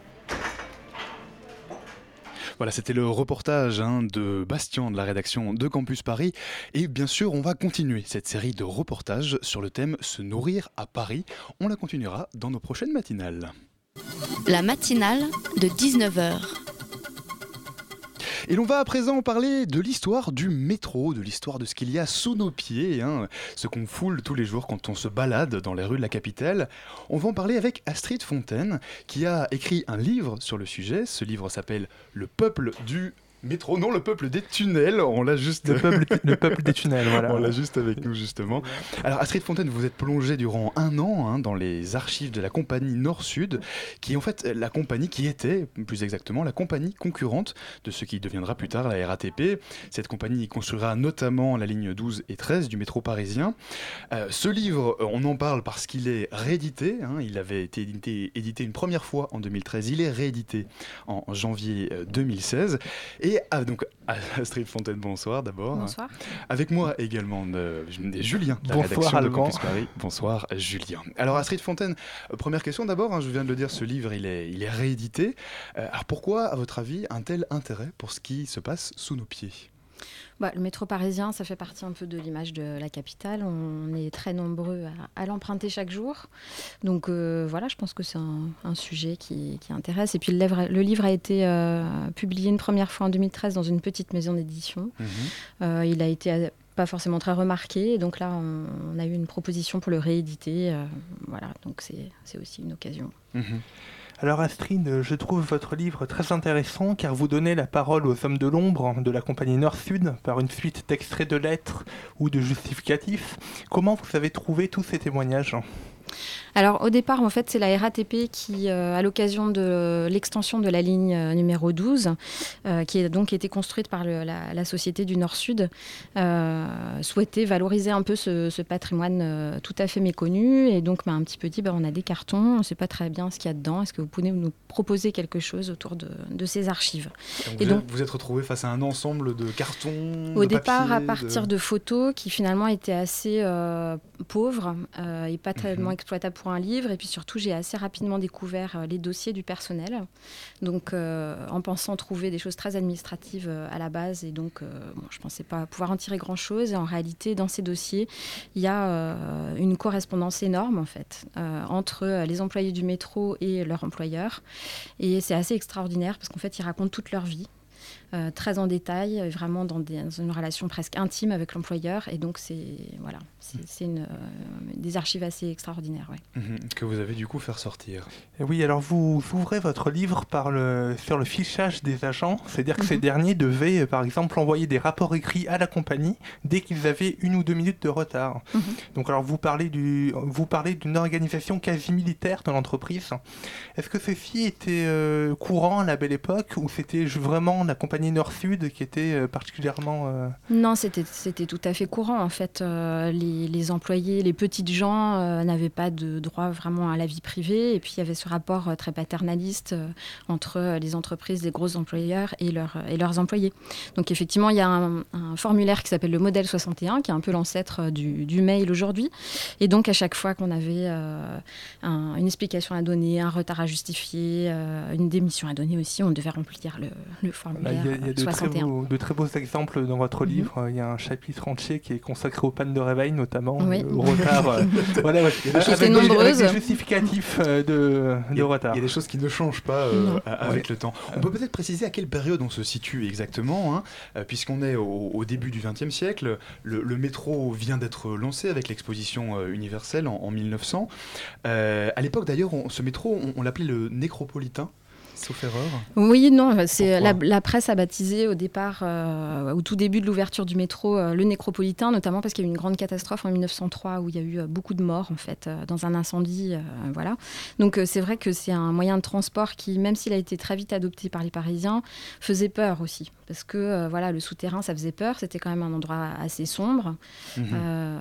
Voilà, c'était le reportage hein, de Bastien de la rédaction de Campus Paris. Et bien sûr, on va continuer cette série de reportages sur le thème « Se nourrir à Paris ». On la continuera dans nos prochaines matinales. La matinale de dix-neuf heures. Et l'on va à présent parler de l'histoire du métro, de l'histoire de ce qu'il y a sous nos pieds, hein, ce qu'on foule tous les jours quand on se balade dans les rues de la capitale. On va en parler avec Astrid Fontaine, qui a écrit un livre sur le sujet. Ce livre s'appelle « Le peuple du métro », non, le peuple des tunnels. On l'a juste... Le peuple, le peuple des tunnels, voilà. On l'a juste avec nous, justement. Alors, Astrid Fontaine, vous êtes plongée durant un an hein, dans les archives de la compagnie Nord-Sud, qui est en fait la compagnie qui était, plus exactement, la compagnie concurrente de ce qui deviendra plus tard la R A T P. Cette compagnie construira notamment la ligne douze et treize du métro parisien. Euh, ce livre, on en parle parce qu'il est réédité. Hein, il avait été édité, édité une première fois en deux mille treize. Il est réédité en janvier deux mille seize. Et ah, donc, Astrid Fontaine, bonsoir d'abord. Bonsoir. Avec moi également euh, Julien, de la bonsoir, rédaction Alban. de Campus Paris. Bonsoir Julien. Alors Astrid Fontaine, euh, première question d'abord, hein, je viens de le dire, ce livre il est, il est réédité. Euh, alors pourquoi, à votre avis, un tel intérêt pour ce qui se passe sous nos pieds ? Bah, le métro parisien, ça fait partie un peu de l'image de la capitale. On est très nombreux à, à l'emprunter chaque jour. Donc euh, voilà, je pense que c'est un, un sujet qui, qui intéresse. Et puis le livre, le livre a été euh, publié une première fois en deux mille treize dans une petite maison d'édition. Mmh. Euh, il a été pas forcément très remarqué. Et donc là, on, on a eu une proposition pour le rééditer. Euh, voilà, donc c'est, c'est aussi une occasion. Mmh. Alors Astrid, je trouve votre livre très intéressant car vous donnez la parole aux hommes de l'ombre de la compagnie Nord-Sud par une suite d'extraits de lettres ou de justificatifs. Comment vous avez trouvé tous ces témoignages ? Alors au départ, en fait, c'est la R A T P qui, euh, à l'occasion de l'extension de la ligne euh, numéro douze, euh, qui a donc été construite par le, la, la Société du Nord-Sud, euh, souhaitait valoriser un peu ce, ce patrimoine euh, tout à fait méconnu et donc m'a un petit peu dit, bah, on a des cartons, on ne sait pas très bien ce qu'il y a dedans, est-ce que vous pouvez nous proposer quelque chose autour de, de ces archives ? Donc et vous, donc, êtes, vous êtes retrouvé face à un ensemble de cartons, au de départ, papier, à partir de... de photos qui finalement étaient assez euh, pauvres euh, et pas tellement mm-hmm. exploitables pour un livre, et puis surtout j'ai assez rapidement découvert euh, les dossiers du personnel, donc euh, en pensant trouver des choses très administratives euh, à la base, et donc euh, bon, je ne pensais pas pouvoir en tirer grand chose, et en réalité dans ces dossiers il y a euh, une correspondance énorme en fait euh, entre euh, les employés du métro et leur employeur, et c'est assez extraordinaire parce qu'en fait ils racontent toute leur vie. Euh, très en détail, vraiment dans, des, dans une relation presque intime avec l'employeur, et donc c'est voilà, c'est, c'est une, euh, des archives assez extraordinaires, ouais. Mmh, que vous avez du coup fait ressortir. Et oui, alors vous ouvrez votre livre par le, sur le fichage des agents, c'est-à-dire que mmh. ces derniers devaient, par exemple, envoyer des rapports écrits à la compagnie dès qu'ils avaient une ou deux minutes de retard. Mmh. Donc alors vous parlez, du, vous parlez d'une organisation quasi militaire dans l'entreprise. Est-ce que ceci était euh, courant à la belle époque, ou c'était vraiment la compagnie Nord-Sud qui était euh, particulièrement... Euh... Non, c'était, c'était tout à fait courant. En fait, euh, les, les employés, les petites gens euh, n'avaient pas de droit vraiment à la vie privée. Et puis, il y avait ce rapport euh, très paternaliste euh, entre euh, les entreprises, les gros employeurs et, leur, et leurs employés. Donc, effectivement, il y a un, un formulaire qui s'appelle le modèle soixante et un, qui est un peu l'ancêtre du, du mail aujourd'hui. Et donc, à chaque fois qu'on avait euh, un, une explication à donner, un retard à justifier, euh, une démission à donner aussi, on devait remplir le, le formulaire. Il y a, il y a de, très beaux, de très beaux exemples dans votre mm-hmm. livre. Il y a un chapitre entier qui est consacré aux pannes de réveil, notamment oui. au retard. euh, voilà, ouais. Des choses nombreuses. Avec des justificatifs euh, de, de il a, retard. Il y a des choses qui ne changent pas euh, avec ouais. le temps. On peut peut-être préciser à quelle période on se situe exactement, hein, euh, puisqu'on est au, au début du vingtième siècle. Le, le métro vient d'être lancé avec l'exposition euh, universelle en, en mille neuf cents. Euh, à l'époque, d'ailleurs, on, ce métro, on, on l'appelait le nécropolitain. sauf erreur. Oui, non, c'est la, la presse a baptisé au départ, euh, au tout début de l'ouverture du métro, euh, le Nécropolitain, notamment parce qu'il y a eu une grande catastrophe en mille neuf cent trois où il y a eu euh, beaucoup de morts en fait euh, dans un incendie, euh, voilà. Donc euh, c'est vrai que c'est un moyen de transport qui, même s'il a été très vite adopté par les Parisiens, faisait peur aussi, parce que euh, voilà, le souterrain, ça faisait peur. C'était quand même un endroit assez sombre. Mmh. Euh,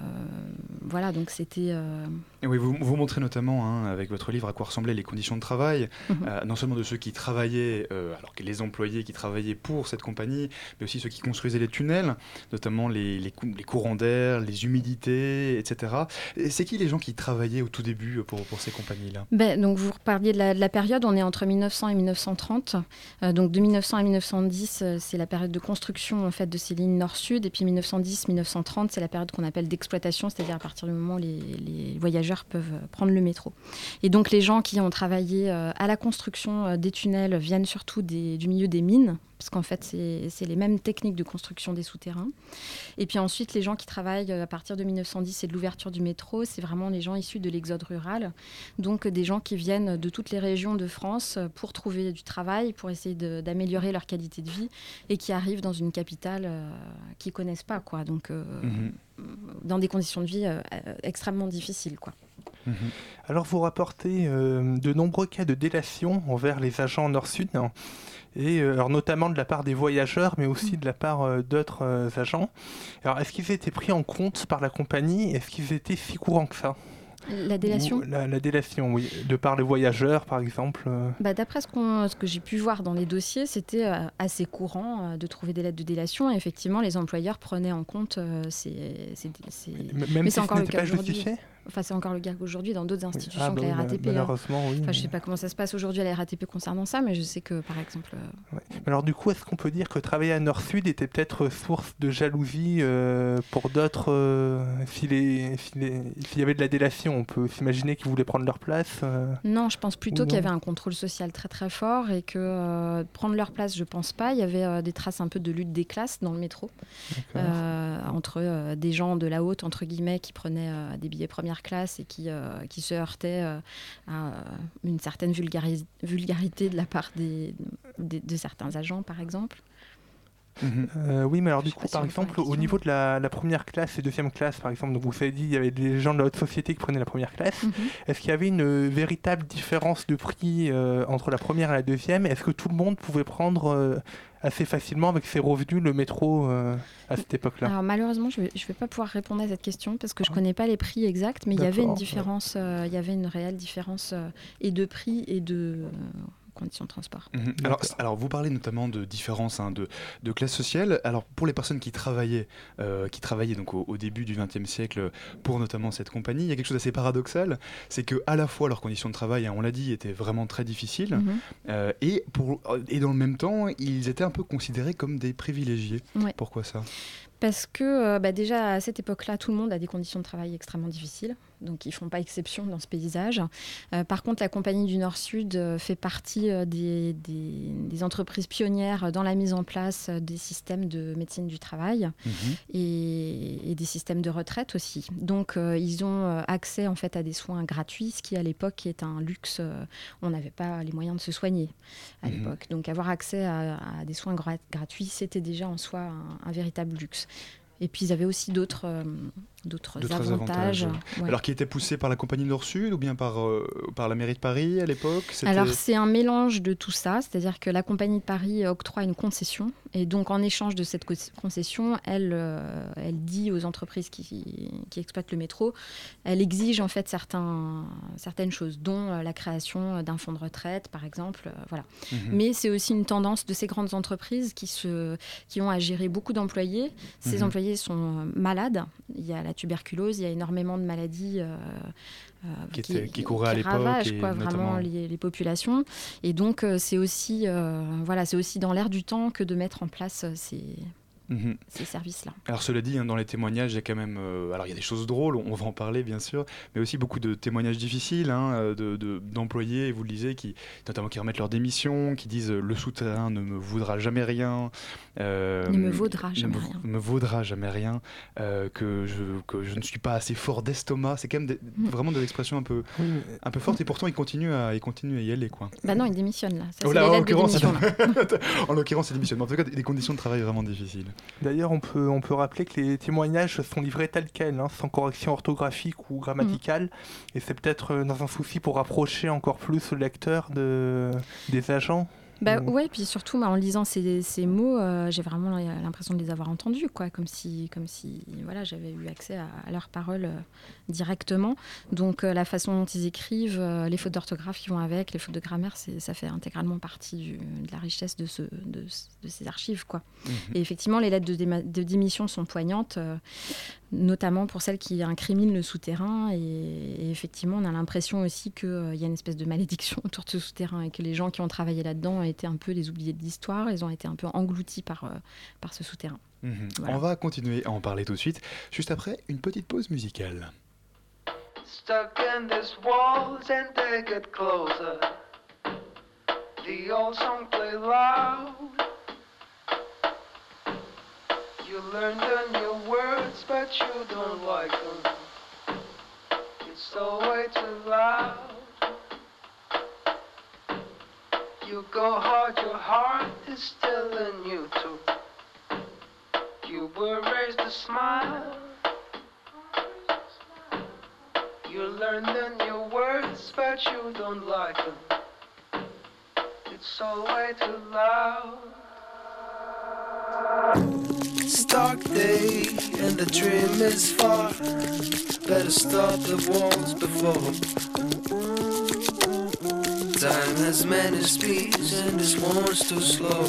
voilà, donc c'était. Euh... Oui, vous, vous montrez notamment hein, avec votre livre à quoi ressemblaient les conditions de travail, mmh. euh, non seulement de ceux qui travaillaient, euh, alors que les employés qui travaillaient pour cette compagnie, mais aussi ceux qui construisaient les tunnels, notamment les, les, les courants d'air, les humidités, et cetera. Et c'est qui les gens qui travaillaient au tout début pour, pour ces compagnies-là? Ben, donc vous reparliez de la, de la période, on est entre mille neuf cents et mille neuf cent trente. Euh, donc de mille neuf cents à mille neuf cent dix, euh, c'est la période de construction en fait, de ces lignes nord-sud. Et puis mille neuf cent dix à mille neuf cent trente, c'est la période qu'on appelle d'exploitation, c'est-à-dire à partir du moment où les, les voyageurs peuvent prendre le métro. Et donc les gens qui ont travaillé euh, à la construction euh, des tunnels viennent surtout des, du milieu des mines, parce qu'en fait, c'est, c'est les mêmes techniques de construction des souterrains. Et puis ensuite, les gens qui travaillent à partir de mille neuf cent dix et de l'ouverture du métro, c'est vraiment les gens issus de l'exode rural. Donc des gens qui viennent de toutes les régions de France pour trouver du travail, pour essayer de, d'améliorer leur qualité de vie, et qui arrivent dans une capitale euh, qu'ils ne connaissent pas, quoi. Donc euh, mmh. dans des conditions de vie euh, extrêmement difficiles, quoi. Mmh. Alors vous rapportez euh, de nombreux cas de délation envers les agents nord-sud, hein, et euh, alors notamment de la part des voyageurs, mais aussi de la part euh, d'autres euh, agents. Alors est-ce qu'ils étaient pris en compte par la compagnie? Est-ce qu'ils étaient si courants que ça? La délation la, la délation, oui. De par les voyageurs, par exemple. Bah, d'après ce, qu'on, ce que j'ai pu voir dans les dossiers, c'était euh, assez courant euh, de trouver des lettres de délation. Et effectivement, les employeurs prenaient en compte euh, ces, ces, ces... Même Mais si c'est encore le cas aujourd'hui. Justifié Enfin, c'est encore le cas aujourd'hui dans d'autres institutions oui. ah, bah, que la R A T P. Malheureusement, hein. oui. Enfin, mais... je ne sais pas comment ça se passe aujourd'hui à la R A T P concernant ça, mais je sais que, par exemple... Euh... Ouais. Alors du coup, est-ce qu'on peut dire que travailler à Nord-Sud était peut-être source de jalousie euh, pour d'autres euh, s'il, les, s'il, les, s'il y avait de la délation, on peut s'imaginer qu'ils voulaient prendre leur place euh, Non, je pense plutôt qu'il y avait un contrôle social très très fort et que euh, prendre leur place, je ne pense pas. Il y avait euh, des traces un peu de lutte des classes dans le métro, euh, entre euh, des gens de la haute, entre guillemets, qui prenaient euh, des billets première classe et qui Euh, qui se heurtait euh, à euh, une certaine vulgari- vulgarité de la part des, des, de certains agents, par exemple. Mmh. Euh, oui, mais alors du coup, par exemple, au niveau de la, la première classe et deuxième classe, par exemple, donc vous avez dit il y avait des gens de la haute société qui prenaient la première classe. Mmh. Est-ce qu'il y avait une euh, véritable différence de prix euh, entre la première et la deuxième? Est-ce que tout le monde pouvait prendre euh, assez facilement avec ses revenus le métro euh, à cette époque-là? Alors malheureusement, je ne vais, vais pas pouvoir répondre à cette question parce que je ne connais pas les prix exacts, mais il y avait une différence, euh, il y avait une réelle différence euh, et de prix et de... Euh, conditions de transport. Mmh. Alors, alors, vous parlez notamment de différences hein, de, de classe sociale. Alors, pour les personnes qui travaillaient, euh, qui travaillaient donc au, au début du vingtième siècle pour notamment cette compagnie, il y a quelque chose d'assez paradoxal, c'est que à la fois leurs conditions de travail, hein, on l'a dit, étaient vraiment très difficiles, mmh. euh, et, pour, et dans le même temps, ils étaient un peu considérés comme des privilégiés. Ouais. Pourquoi ça ? Parce que euh, bah déjà à cette époque-là, tout le monde a des conditions de travail extrêmement difficiles, donc ils ne font pas exception dans ce paysage. Euh, par contre, la Compagnie du Nord-Sud euh, fait partie euh, des, des, des entreprises pionnières dans la mise en place euh, des systèmes de médecine du travail mmh. et, et des systèmes de retraite aussi. Donc euh, ils ont accès en fait à des soins gratuits, ce qui à l'époque est un luxe. Euh, on n'avait pas les moyens de se soigner à mmh. l'époque. Donc avoir accès à, à des soins gra- gratuits, c'était déjà en soi un, un véritable luxe. Et puis ils avaient aussi d'autres, euh, d'autres, d'autres avantages. avantages ouais. Alors qui étaient poussés par la Compagnie Nord-Sud ou bien par, euh, par la mairie de Paris à l'époque? C'était... Alors c'est un mélange de tout ça, c'est-à-dire que la Compagnie de Paris octroie une concession et donc en échange de cette concession, elle, euh, elle dit aux entreprises qui, qui exploitent le métro, elle exige en fait certains, certaines choses, dont euh, la création d'un fonds de retraite par exemple. Euh, voilà. Mmh. Mais c'est aussi une tendance de ces grandes entreprises qui, se, qui ont à gérer beaucoup d'employés. Ces mmh. employés sont malades, il y a la tuberculose, il y a énormément de maladies euh, euh, qui, qui, était, qui couraient à qui l'époque ravagent quoi, notamment... vraiment les, les populations. Et donc euh, c'est aussi, euh, voilà, c'est aussi dans l'air du temps que de mettre en place euh, ces... mmh. ces services-là. Alors cela dit, hein, dans les témoignages, il y a quand même... Euh, alors il y a des choses drôles, on va en parler bien sûr, mais aussi beaucoup de témoignages difficiles hein, de, de, d'employés, vous le disiez, qui, notamment qui remettent leur démission, qui disent euh, « le souterrain ne me voudra jamais rien euh, ». Ne me vaudra jamais ne me, rien. Ne me vaudra jamais rien, euh, que, je, que je ne suis pas assez fort d'estomac. C'est quand même des, mmh. vraiment des expressions un peu, oui. un peu fortes et pourtant ils continuent à, ils continuent à y aller. Quoi. Bah non, ils démissionnent là. Ça, oh là en, l'occurrence, en l'occurrence, c'est démissionnement. En tout cas, des conditions de travail vraiment difficiles. D'ailleurs, on peut, on peut rappeler que les témoignages sont livrés tels quels, hein, sans correction orthographique ou grammaticale. Mmh. Et c'est peut-être dans un souci pour rapprocher encore plus le lecteur de, des agents. Bah mmh. ouais, puis surtout bah, en lisant ces, ces mots, euh, j'ai vraiment l'impression de les avoir entendus, quoi, comme si, comme si voilà, j'avais eu accès à, à leurs paroles euh, directement. Donc euh, la façon dont ils écrivent, euh, les fautes d'orthographe qui vont avec, les fautes de grammaire, c'est, ça fait intégralement partie du, de la richesse de, ce, de, de ces archives, quoi. Mmh. Et effectivement, les lettres de, déma- de démission sont poignantes, euh, notamment pour celles qui incriminent le souterrain. Et, et effectivement, on a l'impression aussi qu'il euh, y a une espèce de malédiction autour de ce souterrain et que les gens qui ont travaillé là-dedans étaient un peu les oubliés de l'histoire. Ils ont été un peu engloutis par, euh, par ce souterrain. Mmh. Voilà. On va continuer à en parler tout de suite, juste après une petite pause musicale. Stuck in these walls and they get closer. The old song play loud. You learn the new words, but you don't like them. It's all way too loud. You go hard, your heart is still in you too. You were raised to smile. You learn the new words, but you don't like them. It's all way too loud. Stark day and the dream is far. Better stop the walls before. Time has many speeds and this one's too slow.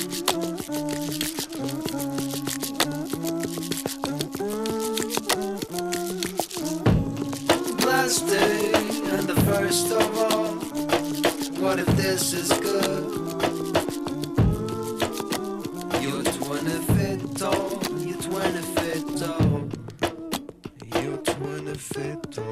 Last day and the first of all. What if this is good? You're twenty feet tall. You're twenty feet tall. You're twenty feet tall.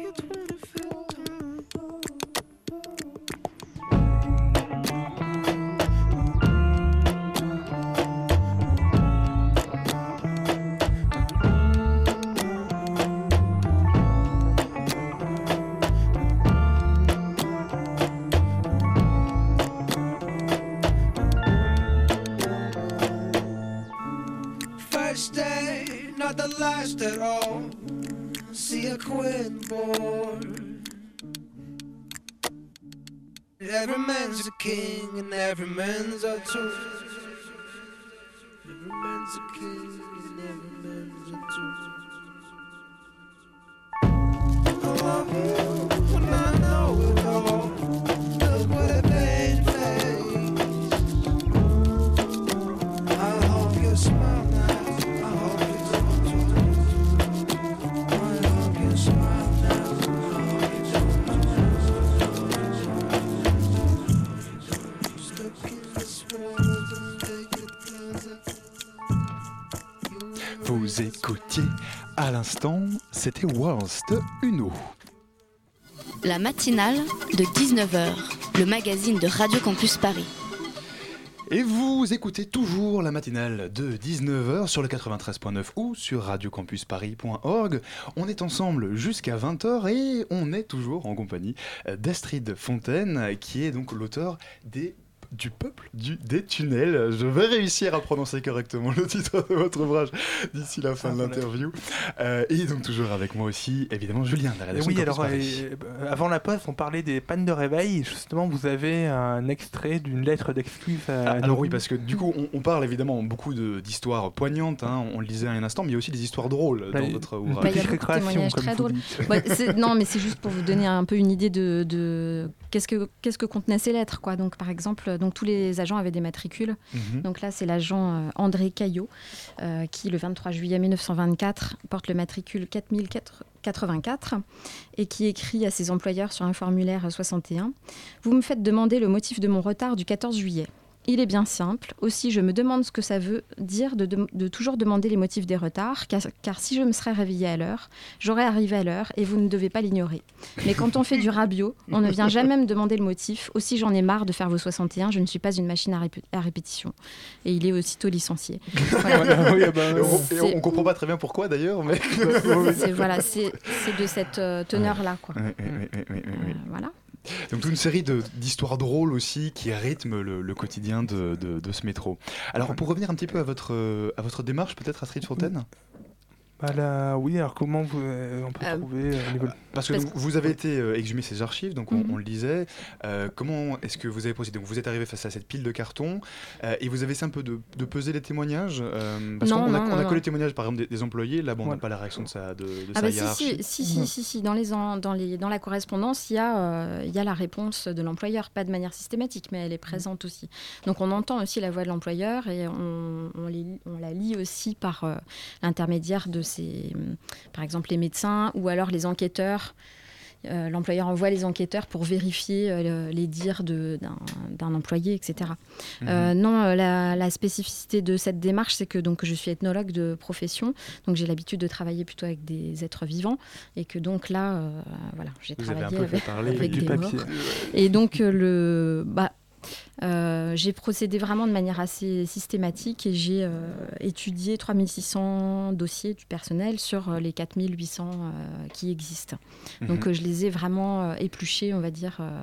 At all, see a queen born. Every man's a king and every man's a tool. Every man's a king and every man's a tool. I love you and I know it all. Look what I made face. I hope you smile now. I hope you Vous écoutiez à l'instant, c'était Waltz de Uno. La matinale de dix-neuf heures, le magazine de Radio Campus Paris. Et vous écoutez toujours la matinale de dix-neuf heures sur le quatre-vingt-treize neuf ou sur radio campus paris point org. On est ensemble jusqu'à vingt heures et on est toujours en compagnie d'Astrid Fontaine, qui est donc l'auteur des du peuple du, des tunnels. Je vais réussir à prononcer correctement le titre de votre ouvrage d'ici la fin ah, de l'interview. Euh, et donc toujours avec moi aussi, évidemment, Julien de la rédaction. Oui, alors euh, avant la pause, on parlait des pannes de réveil. Justement, vous avez un extrait d'une lettre d'excuse à... Ah, alors oui, parce que du coup, on, on parle évidemment beaucoup de, d'histoires poignantes, hein, on le disait à un instant, mais il y a aussi des histoires drôles bah, dans votre ouvrage. Bah, il y a beaucoup de témoignages très drôles. Ouais, c'est, non, mais c'est juste pour vous donner un peu une idée de, de qu'est-ce que, qu'est-ce que contenaient ces lettres, quoi. Donc, par exemple, donc tous les agents avaient des matricules. Mmh. Donc là, c'est l'agent euh, André Caillot euh, qui, le vingt-trois juillet mille neuf cent vingt-quatre, porte le matricule quatre mille quatre-vingt-quatre et qui écrit à ses employeurs sur un formulaire soixante et un « Vous me faites demander le motif de mon retard du quatorze juillet. Il est bien simple. Aussi, je me demande ce que ça veut dire de, de, de toujours demander les motifs des retards, car, car si je me serais réveillée à l'heure, j'aurais arrivé à l'heure et vous ne devez pas l'ignorer. Mais quand on fait du rabiot, on ne vient jamais me demander le motif. Aussi, j'en ai marre de faire vos soixante et un, je ne suis pas une machine à, répé- à répétition. Et il est aussitôt licencié. Voilà. Oui, bah, et on, et on, on comprend pas très bien pourquoi d'ailleurs, mais... c'est, voilà, c'est, c'est de cette euh, teneur-là, quoi. Oui, oui, oui, oui, oui, oui. Euh, voilà. Donc toute une série de, d'histoires drôles aussi qui rythment le, le quotidien de, de, de ce métro. Alors pour revenir un petit peu à votre, à votre démarche, peut-être Astrid Fontaine ? Bah là, oui, alors comment vous, euh, on peut euh, trouver euh, niveau... Parce que donc, vous avez été euh, exhumé ces archives, donc on, mm-hmm. on le disait. Euh, comment est-ce que vous avez procédé ? Donc vous êtes arrivé face à cette pile de cartons euh, et vous avez essayé un peu de, de peser les témoignages euh, parce non, qu'on non, a, on a collé les témoignages par exemple des, des employés. Là, bon, on n'a ouais. pas la réaction de sa, de, de ah sa bah hiérarchie. Si, si, si, si, si. Dans, les en, dans, les, dans la correspondance, il y, euh, y a la réponse de l'employeur, pas de manière systématique, mais elle est présente mm-hmm. aussi. Donc on entend aussi la voix de l'employeur et on, on, les, on la lit aussi par euh, l'intermédiaire de ces... Par exemple, les médecins ou alors les enquêteurs. Euh, l'employeur envoie les enquêteurs pour vérifier euh, les dires de, d'un, d'un employé, et cetera. Mmh. Euh, non, euh, la, la spécificité de cette démarche, c'est que donc, je suis ethnologue de profession, donc j'ai l'habitude de travailler plutôt avec des êtres vivants, et que donc là, euh, voilà, j'ai Vous travaillé avec, avec des morts. Et donc, euh, le... Bah, Euh, j'ai procédé vraiment de manière assez systématique et j'ai euh, étudié trois mille six cents dossiers du personnel sur euh, les quatre mille huit cents euh, qui existent. Mmh. Donc euh, je les ai vraiment euh, épluchés, on va dire, euh,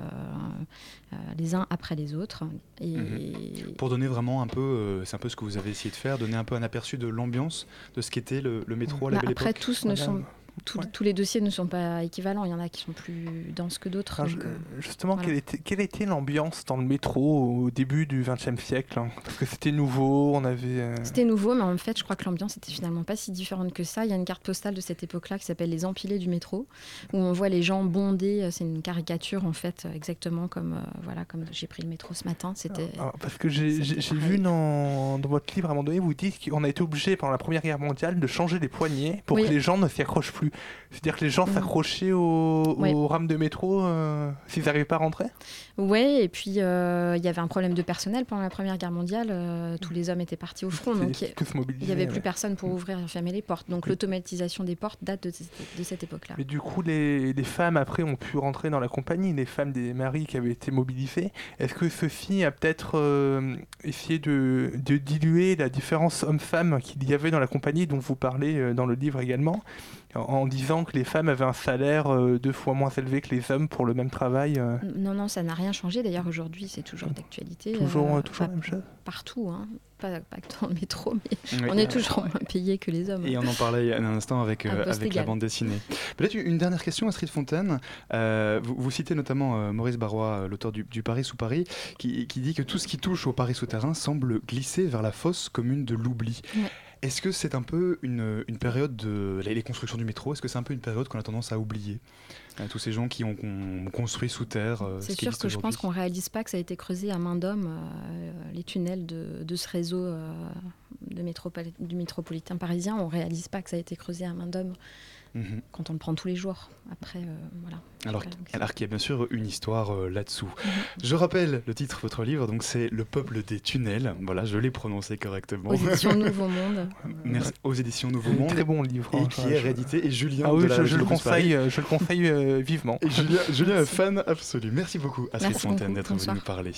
euh, les uns après les autres. Et... Mmh. Pour donner vraiment un peu, euh, c'est un peu ce que vous avez essayé de faire, donner un peu un aperçu de l'ambiance de ce qu'était le, le métro à la bah, belle après, époque. Après, tous ne voilà. sont... Tous, ouais. tous les dossiers ne sont pas équivalents, il y en a qui sont plus denses que d'autres. Alors, donc, euh, justement, voilà. quelle, était, quelle était l'ambiance dans le métro au début du vingtième siècle hein, parce que c'était nouveau, on avait... Euh... C'était nouveau, mais en fait, je crois que l'ambiance était finalement pas si différente que ça. Il y a une carte postale de cette époque-là qui s'appelle Les Empilés du métro, où on voit les gens bondés. C'est une caricature, en fait, exactement comme, euh, voilà, comme j'ai pris le métro ce matin. C'était, alors, parce que j'ai, j'ai, j'ai vu dans, dans votre livre, à un moment donné, vous dites qu'on a été obligé, pendant la Première Guerre mondiale, de changer les poignées pour oui. que les gens ne s'y accrochent plus. C'est-à-dire que les gens s'accrochaient aux, ouais. aux rames de métro euh, s'ils n'arrivaient pas à rentrer ? Oui, et puis il euh, y avait un problème de personnel pendant la Première Guerre mondiale. Euh, tous les hommes étaient partis au front, donc il n'y avait plus ouais. personne pour ouvrir et fermer les portes. Donc oui. l'automatisation des portes date de, de cette époque-là. Mais du coup, les, les femmes, après, ont pu rentrer dans la compagnie, les femmes des maris qui avaient été mobilisées. Est-ce que ceci a peut-être euh, essayé de, de diluer la différence homme-femme qu'il y avait dans la compagnie, dont vous parlez euh, dans le livre également, en disant que les femmes avaient un salaire euh, deux fois moins élevé que les hommes pour le même travail euh... Non, non, ça n'a rien changé. D'ailleurs, aujourd'hui, c'est toujours d'actualité. Toujours, euh, toujours la même chose. Partout, hein. Pas, pas que dans le métro, mais oui, on est toujours moins payés que les hommes. Et on en parlait il y a un instant avec, euh, avec la bande dessinée. Peut-être une dernière question, Astrid Fontaine. Euh, vous, vous citez notamment euh, Maurice Barrois, l'auteur du, du Paris sous Paris, qui, qui dit que tout ce qui touche au Paris souterrain semble glisser vers la fosse commune de l'oubli. Ouais. Est-ce que c'est un peu une, une période de... Les constructions du métro, est-ce que c'est un peu une période qu'on a tendance à oublier ? euh, Tous ces gens qui ont, ont construit sous terre euh, C'est ce sûr que je pense qu'on ne réalise pas que ça a été creusé à main d'homme, euh, les tunnels de, de ce réseau euh, de métropoli- du métropolitain parisien. On ne réalise pas que ça a été creusé à main d'homme. Mmh. Quand on le prend tous les jours. Après, euh, voilà. Alors, alors qu'il y a bien sûr une histoire euh, là-dessous. Mmh. Je rappelle le titre de votre livre, donc c'est Le peuple des tunnels. Voilà, je l'ai prononcé correctement. Aux éditions Nouveau Monde. Merci. Aux éditions Nouveau Monde. Très bon livre. Et hein, qui est réédité. Et Julien. Ah oui, de la je, je, le conseille, euh, je le conseille euh, vivement. Et Julien, Julien est fan absolu. Merci beaucoup, Astrid Fontaine, d'être venu nous parler.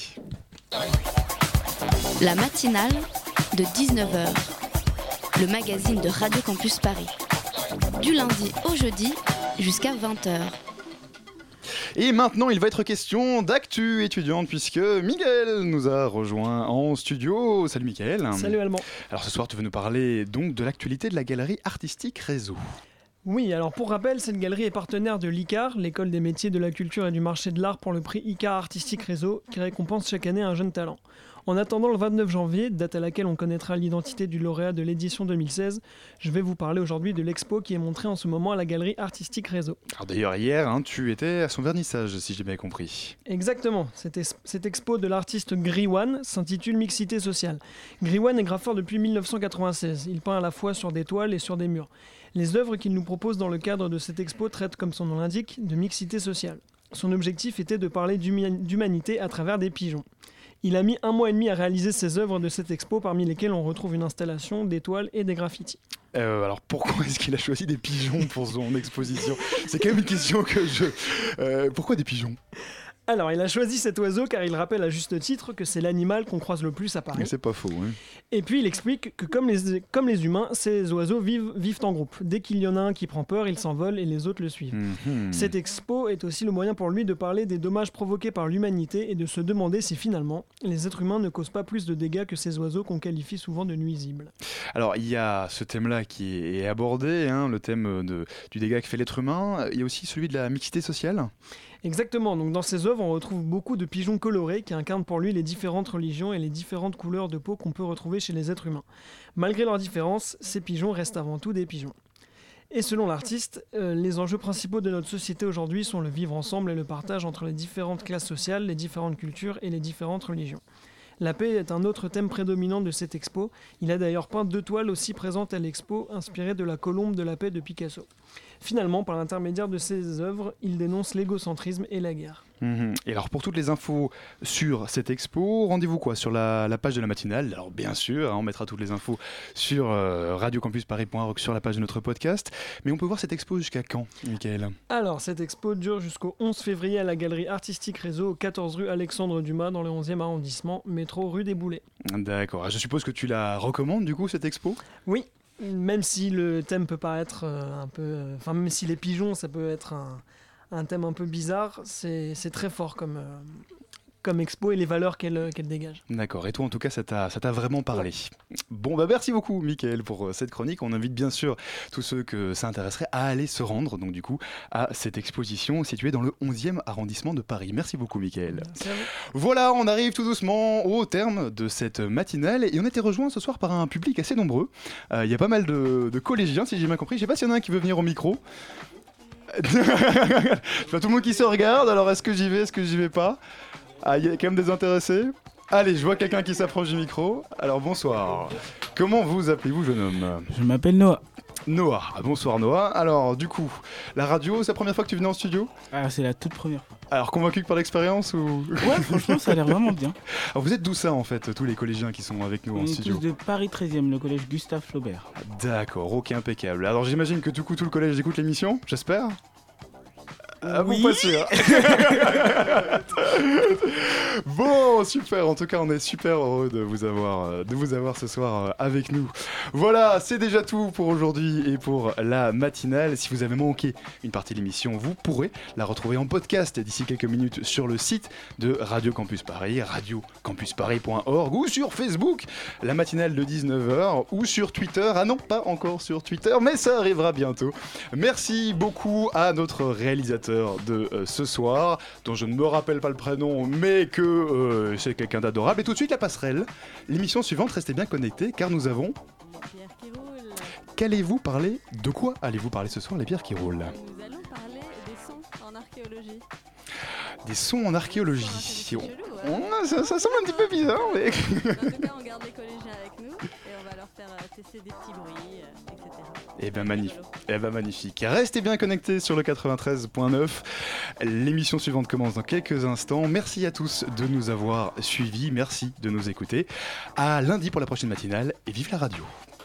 La matinale de dix-neuf heures. Le magazine de Radio Campus Paris. Du lundi au jeudi jusqu'à vingt heures. Et maintenant, il va être question d'actu étudiante puisque Miguel nous a rejoint en studio. Salut Miguel. Salut Allemand. Alors ce soir, tu veux nous parler donc de l'actualité de la galerie artistique Réseau. Oui, alors pour rappel, cette galerie est partenaire de l'I C A R, l'école des métiers de la culture et du marché de l'art, pour le prix I C A R Artistique Réseau, qui récompense chaque année un jeune talent. En attendant le vingt-neuf janvier, date à laquelle on connaîtra l'identité du lauréat de l'édition deux mille seize, je vais vous parler aujourd'hui de l'expo qui est montrée en ce moment à la galerie artistique Réseau. Alors d'ailleurs hier, hein, tu étais à son vernissage, si j'ai bien compris. Exactement, cette, es- cette expo de l'artiste Griwan s'intitule Mixité sociale. Griwan est graffeur depuis dix-neuf cent quatre-vingt-seize, il peint à la fois sur des toiles et sur des murs. Les œuvres qu'il nous propose dans le cadre de cette expo traitent, comme son nom l'indique, de mixité sociale. Son objectif était de parler d'humi- d'humanité à travers des pigeons. Il a mis un mois et demi à réaliser ses œuvres de cette expo, parmi lesquelles on retrouve une installation, des toiles et des graffitis. Euh, alors pourquoi est-ce qu'il a choisi des pigeons pour son exposition ? C'est quand même une question que je... Euh, pourquoi des pigeons ? Alors, il a choisi cet oiseau car il rappelle à juste titre que c'est l'animal qu'on croise le plus à Paris. Mais c'est pas faux, oui. Et puis, il explique que comme les, comme les humains, ces oiseaux vivent, vivent en groupe. Dès qu'il y en a un qui prend peur, il s'envole et les autres le suivent. Mm-hmm. Cette expo est aussi le moyen pour lui de parler des dommages provoqués par l'humanité et de se demander si finalement, les êtres humains ne causent pas plus de dégâts que ces oiseaux qu'on qualifie souvent de nuisibles. Alors, il y a ce thème-là qui est abordé, hein, le thème de, du dégât que fait l'être humain. Il y a aussi celui de la mixité sociale. Exactement, donc dans ses œuvres, on retrouve beaucoup de pigeons colorés qui incarnent pour lui les différentes religions et les différentes couleurs de peau qu'on peut retrouver chez les êtres humains. Malgré leurs différences, ces pigeons restent avant tout des pigeons. Et selon l'artiste, euh, les enjeux principaux de notre société aujourd'hui sont le vivre ensemble et le partage entre les différentes classes sociales, les différentes cultures et les différentes religions. La paix est un autre thème prédominant de cette expo. Il a d'ailleurs peint deux toiles aussi présentes à l'expo, inspirées de la colombe de la paix de Picasso. Finalement, par l'intermédiaire de ses œuvres, il dénonce l'égocentrisme et la guerre. Mmh. Et alors pour toutes les infos sur cette expo, rendez-vous quoi sur la, la page de la matinale. Alors bien sûr, hein, on mettra toutes les infos sur euh, radio campus paris point org sur la page de notre podcast. Mais on peut voir cette expo jusqu'à quand, Mickaël ? Alors cette expo dure jusqu'au onze février à la galerie artistique Réseau, quatorze rue Alexandre Dumas dans le onzième arrondissement, métro rue des Boulets. D'accord. Je suppose que tu la recommandes du coup cette expo ? Oui. Même si le thème peut paraître euh, un peu... Enfin, euh, même si les pigeons, ça peut être un, un thème un peu bizarre, c'est, c'est très fort comme, euh, comme expo et les valeurs qu'elle, qu'elle dégage. D'accord. Et toi, en tout cas, ça t'a, ça t'a vraiment parlé. Bon, bah merci beaucoup, Mickaël, pour cette chronique. On invite bien sûr tous ceux que ça intéresserait à aller se rendre, donc du coup, à cette exposition située dans le onzième arrondissement de Paris. Merci beaucoup, Mickaël. Merci à vous. Voilà, on arrive tout doucement au terme de cette matinale et on était rejoint ce soir par un public assez nombreux. Il euh, y a pas mal de, de collégiens, si j'ai bien compris. Je sais pas s'il y en a un qui veut venir au micro. Enfin, tout le monde qui se regarde, alors est-ce que j'y vais, est-ce que j'y vais pas ? Ah, il y a quand même des intéressés ? Allez, je vois quelqu'un qui s'approche du micro. Alors bonsoir. Comment vous appelez-vous, jeune homme ? Je m'appelle Noah. Noah. Ah, bonsoir Noah. Alors du coup, la radio, c'est la première fois que tu venais en studio ? Ah, c'est la toute première fois. Alors convaincu que par l'expérience ou... Ouais, franchement, ça a l'air vraiment bien. Alors vous êtes d'où ça en fait, tous les collégiens qui sont avec nous On en est studio ? tous de Paris treizième, le collège Gustave Flaubert. D'accord, ok, impeccable. Alors j'imagine que du coup tout le collège écoute l'émission, j'espère ? Ah oui. bon, pas sûr. Bon, super. En tout cas, on est super heureux de vous avoir, de vous avoir ce soir avec nous. Voilà, c'est déjà tout pour aujourd'hui et pour la matinale. Si vous avez manqué une partie de l'émission, vous pourrez la retrouver en podcast d'ici quelques minutes sur le site de Radio Campus Paris, radio campus paris point org ou sur Facebook, la matinale de dix-neuf heures ou sur Twitter. Ah non, pas encore sur Twitter, mais ça arrivera bientôt. Merci beaucoup à notre réalisateur de euh, ce soir, dont je ne me rappelle pas le prénom, mais que euh, c'est quelqu'un d'adorable. Et tout de suite, la passerelle. L'émission suivante, restez bien connectés, car nous avons... Les pierres qui roulent. Qu'allez-vous parler ? De quoi allez-vous parler ce soir, les pierres qui roulent ? Nous allons parler des sons en archéologie. Des sons en archéologie. Chelou, on... Ouais, ça, ça semble un petit peu bizarre, mais... En tout cas, on garde les collégiens avec nous et on va leur faire euh, tester des petits bruits, euh, et cetera. Eh ben, magnif... eh ben magnifique. Restez bien connectés sur le quatre-vingt-treize neuf. L'émission suivante commence dans quelques instants. Merci à tous de nous avoir suivis. Merci de nous écouter. À lundi pour la prochaine matinale et vive la radio.